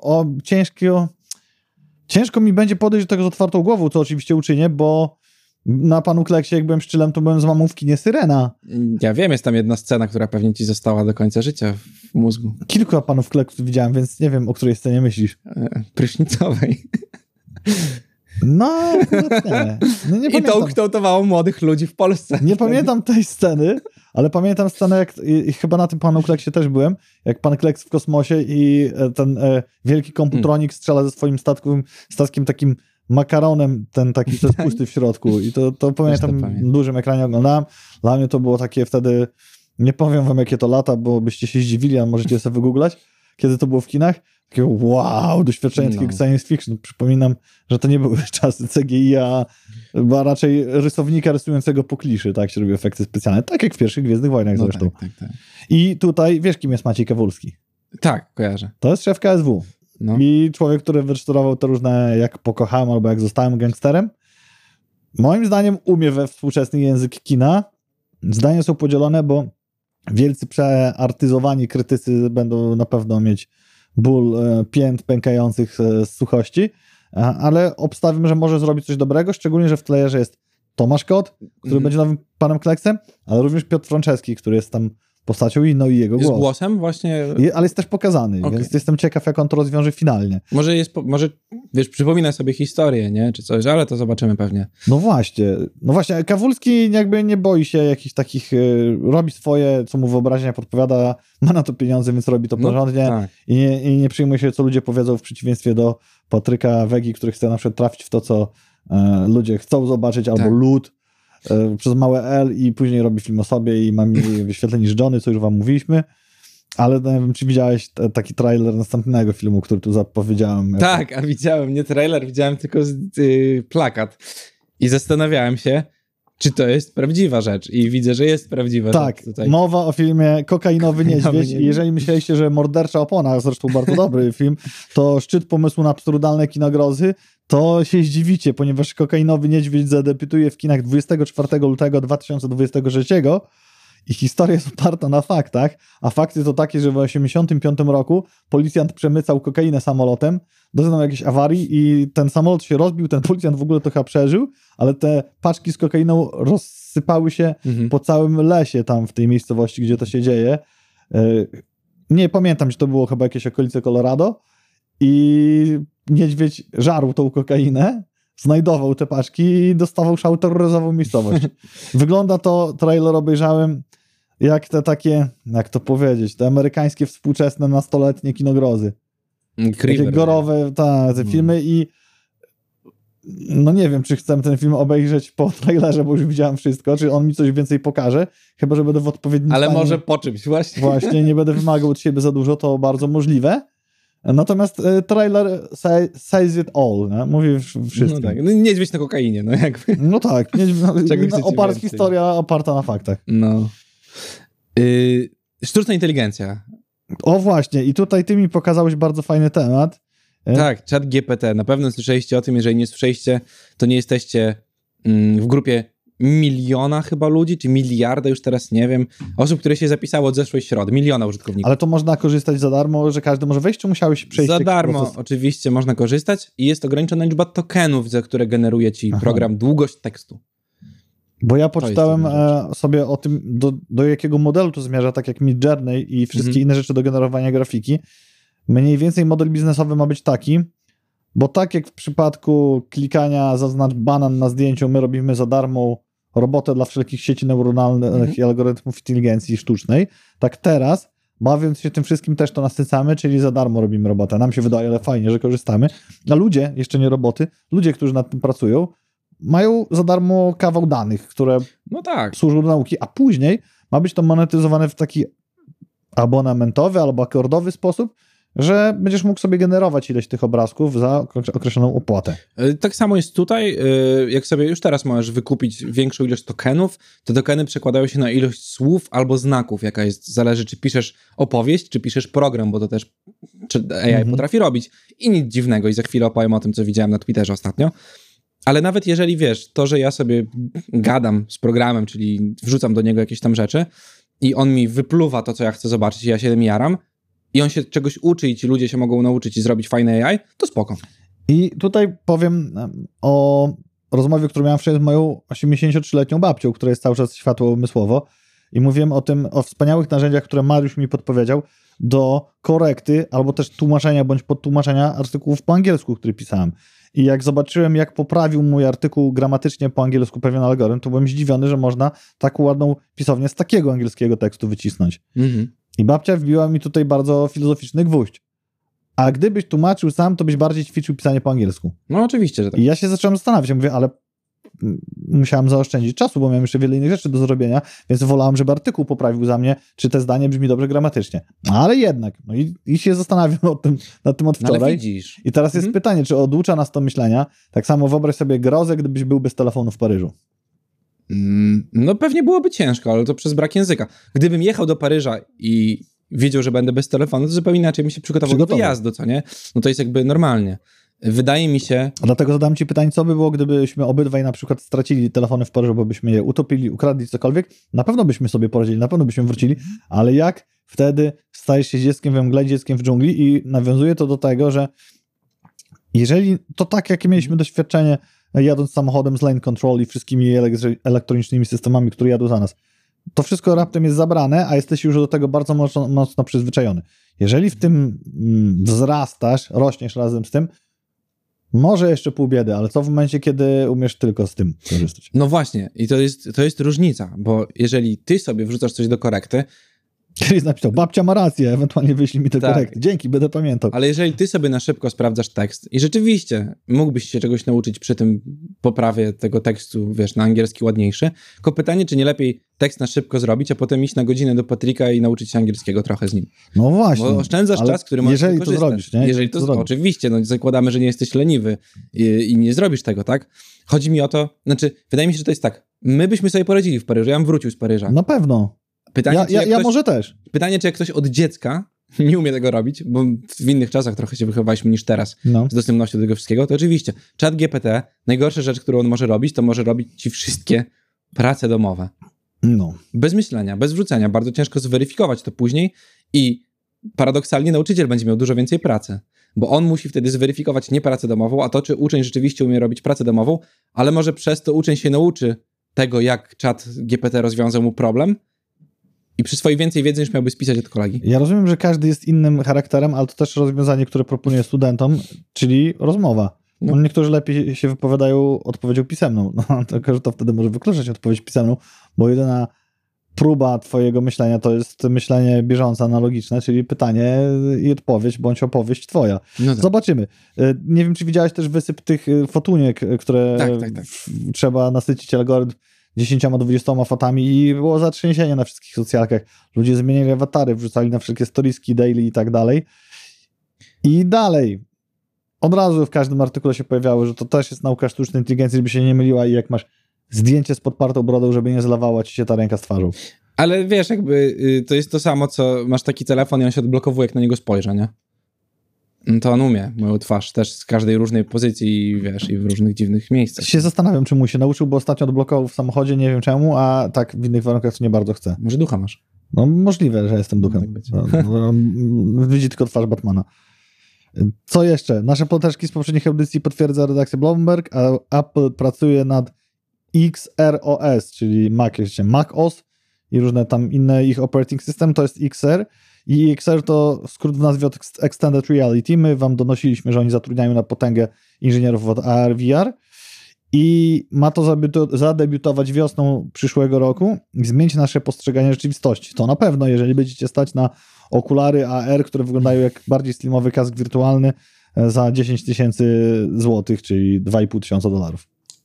ciężko mi będzie podejść do tego z otwartą głową, co oczywiście uczynię, bo na Panu Kleksie, jak byłem szczylem, to byłem z mamą w kinie Syrena. Ja wiem, jest tam jedna scena, która pewnie ci została do końca życia w mózgu. Kilku Panów Kleksów widziałem, więc nie wiem, o której scenie myślisz. Prysznicowej. No, nie i to ukształtowało młodych ludzi w Polsce. Nie pamiętam tej sceny, ale pamiętam scenę, jak i chyba na tym Panu Kleksie też byłem, jak Pan Kleks w kosmosie i ten wielki komputronik strzela ze swoim statkiem takim makaronem, ten taki, co jest pusty w środku. I to pamiętam, w dużym ekranie oglądałem. Dla mnie to było takie wtedy, nie powiem wam jakie to lata, bo byście się zdziwili, a możecie sobie wygooglać, kiedy to było w kinach. Takie wow, doświadczenie takiego science fiction. Przypominam, że to nie były czasy CGI, a raczej rysownika rysującego po kliszy, tak się robi efekty specjalne. Tak jak w pierwszych Gwiezdnych Wojnach zresztą. Tak. I tutaj, wiesz kim jest Maciej Kawulski? Tak, kojarzę. To jest szef KSW. No. I człowiek, który wyreżyserował te różne Jak pokochałem albo Jak zostałem gangsterem. Moim zdaniem umie we współczesny język kina. Zdania są podzielone, bo wielcy przeartyzowani krytycy będą na pewno mieć ból pięt pękających z suchości, ale obstawiam, że może zrobić coś dobrego, szczególnie, że w playerze jest Tomasz Kot, który będzie nowym Panem Kleksem, ale również Piotr Franceski, który jest tam postacią i jego głos. Jest głosem właśnie? Ale jest też pokazany, więc jestem ciekaw, jak on to rozwiąże finalnie. Może wiesz, przypomina sobie historię, nie, czy coś, ale to zobaczymy pewnie. No właśnie, Kawulski jakby nie boi się jakichś takich, robi swoje, co mu wyobraźnia podpowiada, ma na to pieniądze, więc robi to porządnie tak. i nie przyjmuje się, co ludzie powiedzą, w przeciwieństwie do Patryka Wegi, który chce na przykład trafić w to, co ludzie chcą zobaczyć, albo lud przez małe L i później robi film o sobie i ma mniej wyświetleń niż Johnny, co już wam mówiliśmy. Ale nie wiem, czy widziałeś taki trailer następnego filmu, który tu zapowiedziałem. Tak, a widziałem, nie trailer, widziałem tylko plakat i zastanawiałem się, czy to jest prawdziwa rzecz i widzę, że jest prawdziwa rzecz tutaj. Mowa o filmie Kokainowy Niedźwiedź i jeżeli myśleliście, że Mordercza opona, zresztą bardzo dobry film, to szczyt pomysłu na absurdalne kinogrozy, to się zdziwicie, ponieważ Kokainowy Niedźwiedź zadebiutuje w kinach 24 lutego 2023 i historia jest oparta na faktach, a fakty to takie, że w 1985 roku policjant przemycał kokainę samolotem, doznał jakiejś awarii i ten samolot się rozbił, ten policjant w ogóle to chyba przeżył, ale te paczki z kokainą rozsypały się po całym lesie tam w tej miejscowości, gdzie to się dzieje. Nie pamiętam, czy to było chyba jakieś okolice Colorado i niedźwiedź żarł tą kokainę, znajdował te paczki i dostawał szał, terroryzował miejscowość. Wygląda to, trailer obejrzałem, jak te takie, jak to powiedzieć, te amerykańskie współczesne nastoletnie kinogrozy. Takie gorowe te filmy i no nie wiem, czy chcę ten film obejrzeć po trailerze, bo już widziałem wszystko, czy on mi coś więcej pokaże, chyba że będę w odpowiednim Ale stanie. może po czymś właśnie. Właśnie, nie będę wymagał od siebie za dużo, to bardzo możliwe. Natomiast trailer says it all, nie? Mówi wszystko. No tak, niedźwiedź na kokainie, no jakby. No tak, historia oparta na faktach. No. Sztuczna inteligencja. O właśnie, i tutaj ty mi pokazałeś bardzo fajny temat. Tak, ChatGPT. Na pewno słyszeliście o tym, jeżeli nie słyszeliście, to nie jesteście w grupie miliona chyba ludzi, czy miliarda, już teraz nie wiem, osób, które się zapisało od zeszłej środy, miliona użytkowników. Ale to można korzystać za darmo, że każdy może wejść, czy musiałeś przejść za darmo, oczywiście można korzystać i jest ograniczona liczba tokenów, za które generuje ci program długość tekstu. Bo ja poczytałem sobie o tym, do jakiego modelu to zmierza, tak jak Midjourney i wszystkie inne rzeczy do generowania grafiki. Mniej więcej model biznesowy ma być taki, bo tak jak w przypadku klikania zaznacz banan na zdjęciu, my robimy za darmo robotę dla wszelkich sieci neuronalnych i algorytmów inteligencji sztucznej, tak teraz, bawiąc się tym wszystkim, też to nasycamy, czyli za darmo robimy robotę. Nam się wydaje, ale fajnie, że korzystamy. A ludzie, jeszcze nie roboty, ludzie, którzy nad tym pracują, mają za darmo kawał danych, które służą do nauki, a później ma być to monetyzowane w taki abonamentowy albo akordowy sposób, że będziesz mógł sobie generować ileś tych obrazków za określoną opłatę. Tak samo jest tutaj, jak sobie już teraz możesz wykupić większą ilość tokenów, te tokeny przekładają się na ilość słów albo znaków, jaka jest, zależy czy piszesz opowieść, czy piszesz program, bo to też AI potrafi robić i nic dziwnego i za chwilę opowiem o tym, co widziałem na Twitterze ostatnio. Ale nawet jeżeli wiesz, to, że ja sobie gadam z programem, czyli wrzucam do niego jakieś tam rzeczy i on mi wypluwa to, co ja chcę zobaczyć i ja się tym jaram, i on się czegoś uczy i ci ludzie się mogą nauczyć i zrobić fajne AI, to spoko. I tutaj powiem o rozmowie, którą miałem wczoraj z moją 83-letnią babcią, która jest cały czas światło umysłowo i mówiłem o wspaniałych narzędziach, które Mariusz mi podpowiedział do korekty albo też tłumaczenia bądź podtłumaczenia artykułów po angielsku, który pisałem. I jak zobaczyłem, jak poprawił mój artykuł gramatycznie po angielsku pewien algorytm, to byłem zdziwiony, że można taką ładną pisownię z takiego angielskiego tekstu wycisnąć. I babcia wbiła mi tutaj bardzo filozoficzny gwóźdź. A gdybyś tłumaczył sam, to byś bardziej ćwiczył pisanie po angielsku. No oczywiście, że tak. I ja się zacząłem zastanawiać. Ja mówię, ale musiałem zaoszczędzić czasu, bo miałem jeszcze wiele innych rzeczy do zrobienia, więc wolałem, żeby artykuł poprawił za mnie, czy te zdanie brzmi dobrze gramatycznie. Ale jednak. No i się zastanawiam nad tym od wczoraj. Ale widzisz. I teraz jest pytanie, czy oducza nas to myślenia? Tak samo wyobraź sobie grozę, gdybyś był bez telefonu w Paryżu. No pewnie byłoby ciężko, ale to przez brak języka. Gdybym jechał do Paryża i wiedział, że będę bez telefonu, to zupełnie inaczej bym się przygotował do wyjazdu, co nie? No to jest jakby normalnie. Wydaje mi się... A dlatego zadam ci pytanie, co by było, gdybyśmy obydwaj na przykład stracili telefony w Paryżu, bo byśmy je utopili, ukradli, cokolwiek. Na pewno byśmy sobie poradzili, na pewno byśmy wrócili, ale jak wtedy stajesz się dzieckiem we mgle, dzieckiem w dżungli i nawiązuje to do tego, że jeżeli to tak, jakie mieliśmy doświadczenie jadąc samochodem z lane control i wszystkimi elektronicznymi systemami, które jadą za nas, to wszystko raptem jest zabrane, a jesteś już do tego bardzo mocno przyzwyczajony. Jeżeli w tym wzrastasz, rośniesz razem z tym, Może jeszcze pół biedy, ale co w momencie, kiedy umiesz tylko z tym korzystać? No właśnie, i to jest różnica, bo jeżeli ty sobie wrzucasz coś do korekty, Chris napisał, babcia ma rację, ewentualnie wyślij mi te Tak. korekty. Dzięki, będę pamiętał. ale jeżeli ty sobie na szybko sprawdzasz tekst i rzeczywiście mógłbyś się czegoś nauczyć przy tym poprawie tego tekstu, wiesz, na angielski ładniejszy, tylko pytanie, czy nie lepiej tekst na szybko zrobić, a potem iść na godzinę do Patryka i nauczyć się angielskiego trochę z nim. No właśnie. Bo oszczędzasz ale czas, który możesz jeżeli to wykorzystać. zrobisz, nie? Jeżeli to zrobisz. Oczywiście, no zakładamy, że nie jesteś leniwy i nie zrobisz tego, tak? Chodzi mi o to, znaczy, wydaje mi się, że to jest tak, my byśmy sobie poradzili w Paryżu, ja bym wrócił z Paryża. Na pewno. Pytanie, Ja może też. Pytanie, czy jak ktoś od dziecka nie umie tego robić, bo w innych czasach trochę się wychowaliśmy niż teraz No. z dostępnością do tego wszystkiego, to oczywiście ChatGPT, najgorsza rzecz, którą on może robić, to może robić ci wszystkie prace domowe. No. Bez myślenia, bez wrzucenia. Bardzo ciężko zweryfikować to później i paradoksalnie nauczyciel będzie miał dużo więcej pracy, bo on musi wtedy zweryfikować nie pracę domową, a to, czy uczeń rzeczywiście umie robić pracę domową, ale może przez to uczeń się nauczy tego, jak ChatGPT rozwiązał mu problem i przyswoi więcej wiedzy, niż miałby spisać od kolegi. Ja rozumiem, że każdy jest innym charakterem, ale to też rozwiązanie, które proponuję studentom, czyli rozmowa. No. Niektórzy lepiej się wypowiadają odpowiedzią pisemną, no, tylko że to wtedy może wykluczać odpowiedź pisemną, bo jedyna próba twojego myślenia to jest myślenie bieżące, analogiczne, czyli pytanie i odpowiedź, bądź opowieść twoja. No tak. Zobaczymy. Nie wiem, czy widziałeś też wysyp tych fotuniek, które Tak. trzeba nasycić algorytm 10-20 fotami i było zatrzęsienie na wszystkich socjalkach. Ludzie zmieniali awatary, wrzucali na wszystkie storieski, daily i tak dalej. I dalej. Od razu w każdym artykule się pojawiało, że to też jest nauka sztucznej inteligencji, żeby się nie myliła i jak masz zdjęcie z podpartą brodą, żeby nie zlawała ci się ta ręka z twarzą. Ale wiesz, jakby to jest to samo, co masz taki telefon i on się odblokowuje, jak na niego spojrzę, nie? No to on umie moją twarz też z każdej różnej pozycji i wiesz, i w różnych dziwnych miejscach. Się zastanawiam, czemu się nauczył, bo ostatnio odblokował w samochodzie, nie wiem czemu, a tak w innych warunkach to nie bardzo chcę. Może ducha masz. No możliwe, że jestem duchem. Tak być. Widzi tylko twarz Batmana. Co jeszcze? Nasze ploteczki z poprzednich audycji potwierdza redakcja Bloomberg, a Apple pracuje nad XROS, czyli macOS i różne tam inne ich operating system, to jest XR. I XR to skrót w nazwie od Extended Reality. My wam donosiliśmy, że oni zatrudniają na potęgę inżynierów od AR, VR i ma to zadebiutować wiosną przyszłego roku i zmienić nasze postrzeganie rzeczywistości. To na pewno, jeżeli będziecie stać na okulary AR, które wyglądają jak bardziej slimowy kask wirtualny za 10 000 złotych, czyli $2,500.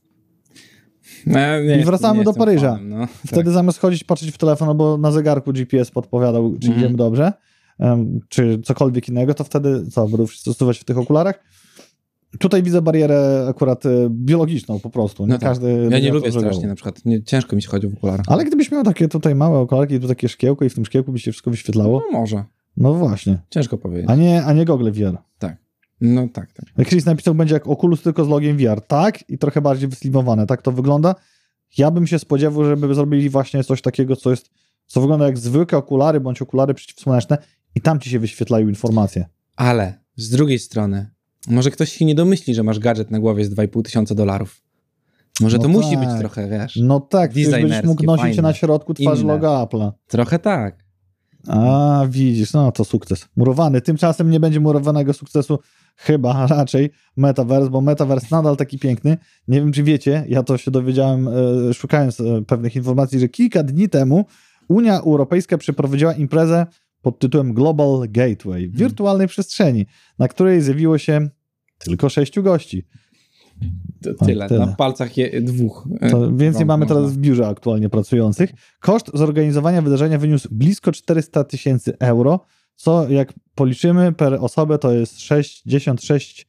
I wracamy do Paryża. Fanem, no. Wtedy zamiast chodzić, patrzeć w telefon albo na zegarku GPS podpowiadał, czy idziemy dobrze, czy cokolwiek innego, to wtedy co, będą wszyscy stosować w tych okularach? Tutaj widzę barierę akurat biologiczną po prostu. Nie no tak. każdy Ja nie lubię strasznie na przykład. Ciężko mi się chodzi w okularach. Ale gdybyś miał takie tutaj małe okularki i tu takie szkiełko i w tym szkiełku by się wszystko wyświetlało? No może. No właśnie. Ciężko powiedzieć. A nie gogle VR. Tak. No tak. Jak Chris napisał, będzie jak Oculus, tylko z logiem VR. Tak, i trochę bardziej wyslimowane. Tak to wygląda. Ja bym się spodziewał, żeby zrobili właśnie coś takiego, co wygląda jak zwykłe okulary, bądź okulary przeciwsłoneczne i tam ci się wyświetlają informacje. Ale z drugiej strony, może ktoś się nie domyśli, że masz gadżet na głowie z $2,500. Może no to tak. musi być trochę, wiesz, no tak, ty będziesz mógł nosić fajne, na środku twarz inne. logo Apple'a. Trochę tak. A, widzisz, no to sukces. Murowany. Tymczasem nie będzie murowanego sukcesu, chyba raczej Metaverse, bo Metaverse nadal taki piękny. Nie wiem, czy wiecie, ja to się dowiedziałem, szukając pewnych informacji, że kilka dni temu Unia Europejska przeprowadziła imprezę pod tytułem Global Gateway w wirtualnej przestrzeni, na której zjawiło się tylko 6 gości. To tyle. Na palcach dwóch. To więcej mamy teraz w biurze aktualnie pracujących. Koszt zorganizowania wydarzenia wyniósł blisko 400 000 euro, co jak policzymy per osobę to jest 66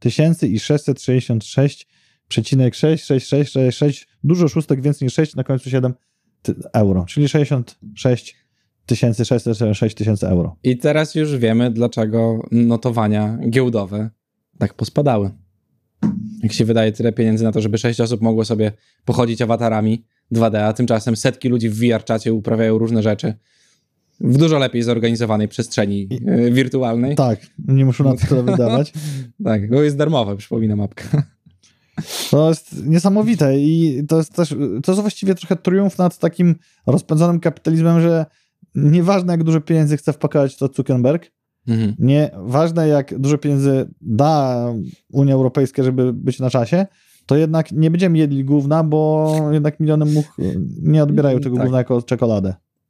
666,66666, dużo szóstek więcej niż 6, na końcu 7 euro, czyli 66 606 000 euro. I teraz już wiemy, dlaczego notowania giełdowe tak pospadały. Jak się wydaje tyle pieniędzy na to, żeby 6 osób mogło sobie pochodzić awatarami 2D, a tymczasem setki ludzi w VR-czacie uprawiają różne rzeczy w dużo lepiej zorganizowanej przestrzeni wirtualnej. Tak, nie muszą na to tyle wydawać. Tak, bo jest darmowe, przypomina mapka. To jest niesamowite i to jest właściwie trochę triumf nad takim rozpędzonym kapitalizmem, że nieważne jak dużo pieniędzy chce wpakować to Zuckerberg, Ważne, jak dużo pieniędzy da Unia Europejska, żeby być na czasie, to jednak nie będziemy jedli gówna, bo jednak miliony much nie odbierają tego gówna jako czekoladę.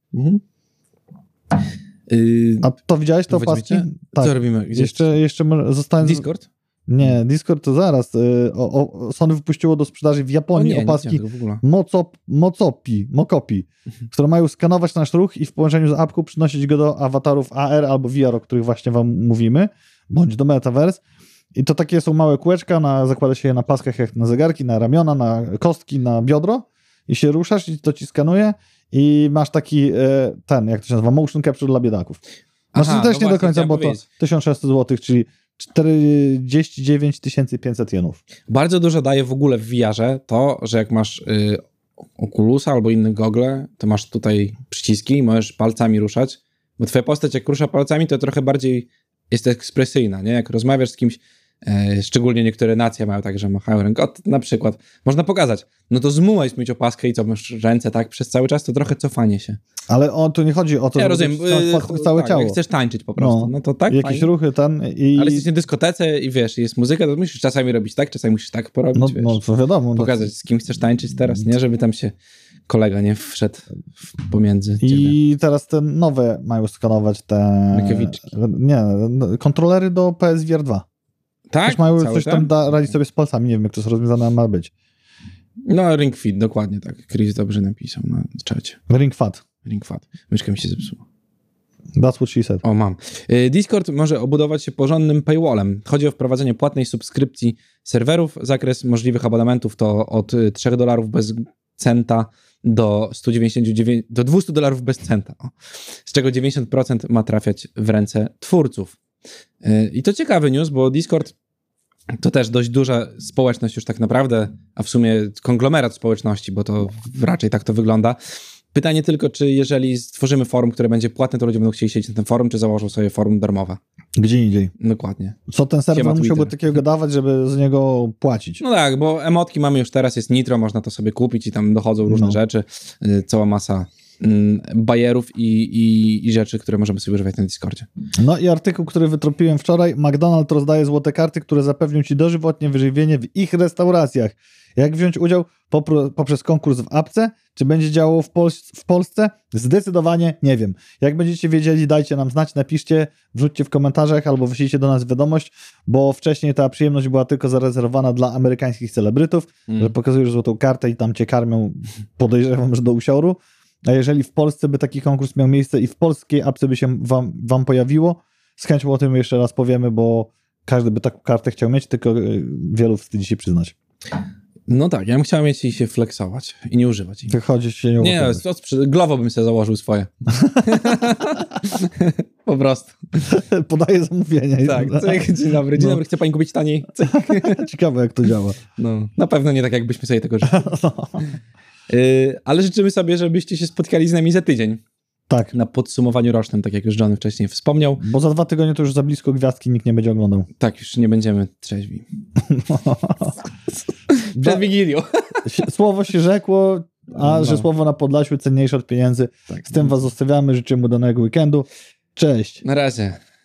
A to widziałeś te opaski? Tak. Co robimy? Jeszcze zostałem... Discord? Nie, Discord to zaraz. Sony wypuściło do sprzedaży w Japonii opaski Mokopi, które mają skanować nasz ruch i w połączeniu z apką przynosić go do awatarów AR albo VR, o których właśnie wam mówimy, bądź do Metaverse. I to takie są małe kółeczka, zakłada się je na paskach jak na zegarki, na ramiona, na kostki, na biodro i się ruszasz i to ci skanuje i masz taki jak to się nazywa, motion capture dla biedaków. Znaczy też nie do końca, bo to 1600 zł, czyli 49 500 jenów. Bardzo dużo daje w ogóle w VR-ze to, że jak masz Oculusa albo inne gogle, to masz tutaj przyciski i możesz palcami ruszać, bo twoja postać jak rusza palcami, to trochę bardziej jest ekspresyjna, nie? Jak rozmawiasz z kimś, szczególnie niektóre nacje mają tak, że machają ręką, na przykład, można pokazać, no to zmułeś mieć opaskę i co, masz ręce tak przez cały czas, to trochę cofanie się. Ale tu nie chodzi o to, ja rozumiem, całe ciało. Jak chcesz tańczyć po prostu, no to tak, jakieś fajnie. ruchy Ale jesteś na dyskotece i wiesz, jest muzyka, to musisz czasami robić tak, czasami musisz tak porobić, wiesz. No to wiadomo. Pokazać, z kim chcesz tańczyć teraz, nie? Żeby tam się kolega nie wszedł pomiędzy ciebie. I teraz te nowe mają skanować te... Rękawiczki. Nie, kontrolery do PSVR 2. Tak? Też mają coś tam radzić sobie z palcami, nie wiem, jak to jest rozwiązane ma być. No, Ring Fit, dokładnie tak. Chris dobrze napisał na czacie. Ring Fat. Myszka mi się zepsuła. That's what she said. O, mam. Discord może obudować się porządnym paywallem. Chodzi o wprowadzenie płatnej subskrypcji serwerów. Zakres możliwych abonamentów to od $3 bez centa do $200 bez centa. Z czego 90% ma trafiać w ręce twórców. I to ciekawy news, bo Discord to też dość duża społeczność już tak naprawdę, a w sumie konglomerat społeczności, bo to raczej tak to wygląda. Pytanie tylko, czy jeżeli stworzymy forum, które będzie płatne, to ludzie będą chcieli siedzieć na tym forum, czy założą sobie forum darmowe. Gdzie indziej. Dokładnie. Co ten serwer musiałby takiego dawać, żeby z niego płacić? No tak, bo emotki mamy już teraz, jest Nitro, można to sobie kupić i tam dochodzą różne rzeczy, cała masa bajerów i rzeczy, które możemy sobie używać na Discordzie. No i artykuł, który wytropiłem wczoraj. McDonald's rozdaje złote karty, które zapewnią ci dożywotnie wyżywienie w ich restauracjach. Jak wziąć udział poprzez konkurs w apce? Czy będzie działało w Polsce? Zdecydowanie nie wiem. Jak będziecie wiedzieli, dajcie nam znać, napiszcie, wrzućcie w komentarzach albo wyślijcie do nas wiadomość, bo wcześniej ta przyjemność była tylko zarezerwowana dla amerykańskich celebrytów, że pokazujesz złotą kartę i tam cię karmią, podejrzewam, że do usioru. A jeżeli w Polsce by taki konkurs miał miejsce i w polskiej apce by się wam pojawiło, z chęcią o tym jeszcze raz powiemy, bo każdy by taką kartę chciał mieć, tylko wielu wstydzi się przyznać. No tak, ja bym chciał mieć i się flexować i nie używać ich. Wychodzić się nie Glovo bym sobie założył swoje. Po prostu. Podaję zamówienie. Tak, dzień dobry, chce pani kupić taniej? Ciekawe, jak to działa. No, na pewno nie tak, jakbyśmy sobie tego życzyli. Ale życzymy sobie, żebyście się spotkali z nami za tydzień. Tak. Na podsumowaniu rocznym, tak jak już Johnny wcześniej wspomniał. Bo za 2 tygodnie to już za blisko gwiazdki nikt nie będzie oglądał. Tak, już nie będziemy trzeźwi. Przed Wigilią. Słowo się rzekło, że słowo na Podlasiu cenniejsze od pieniędzy. Tak. Z tym was zostawiamy, życzymy udanego weekendu. Cześć. Na razie.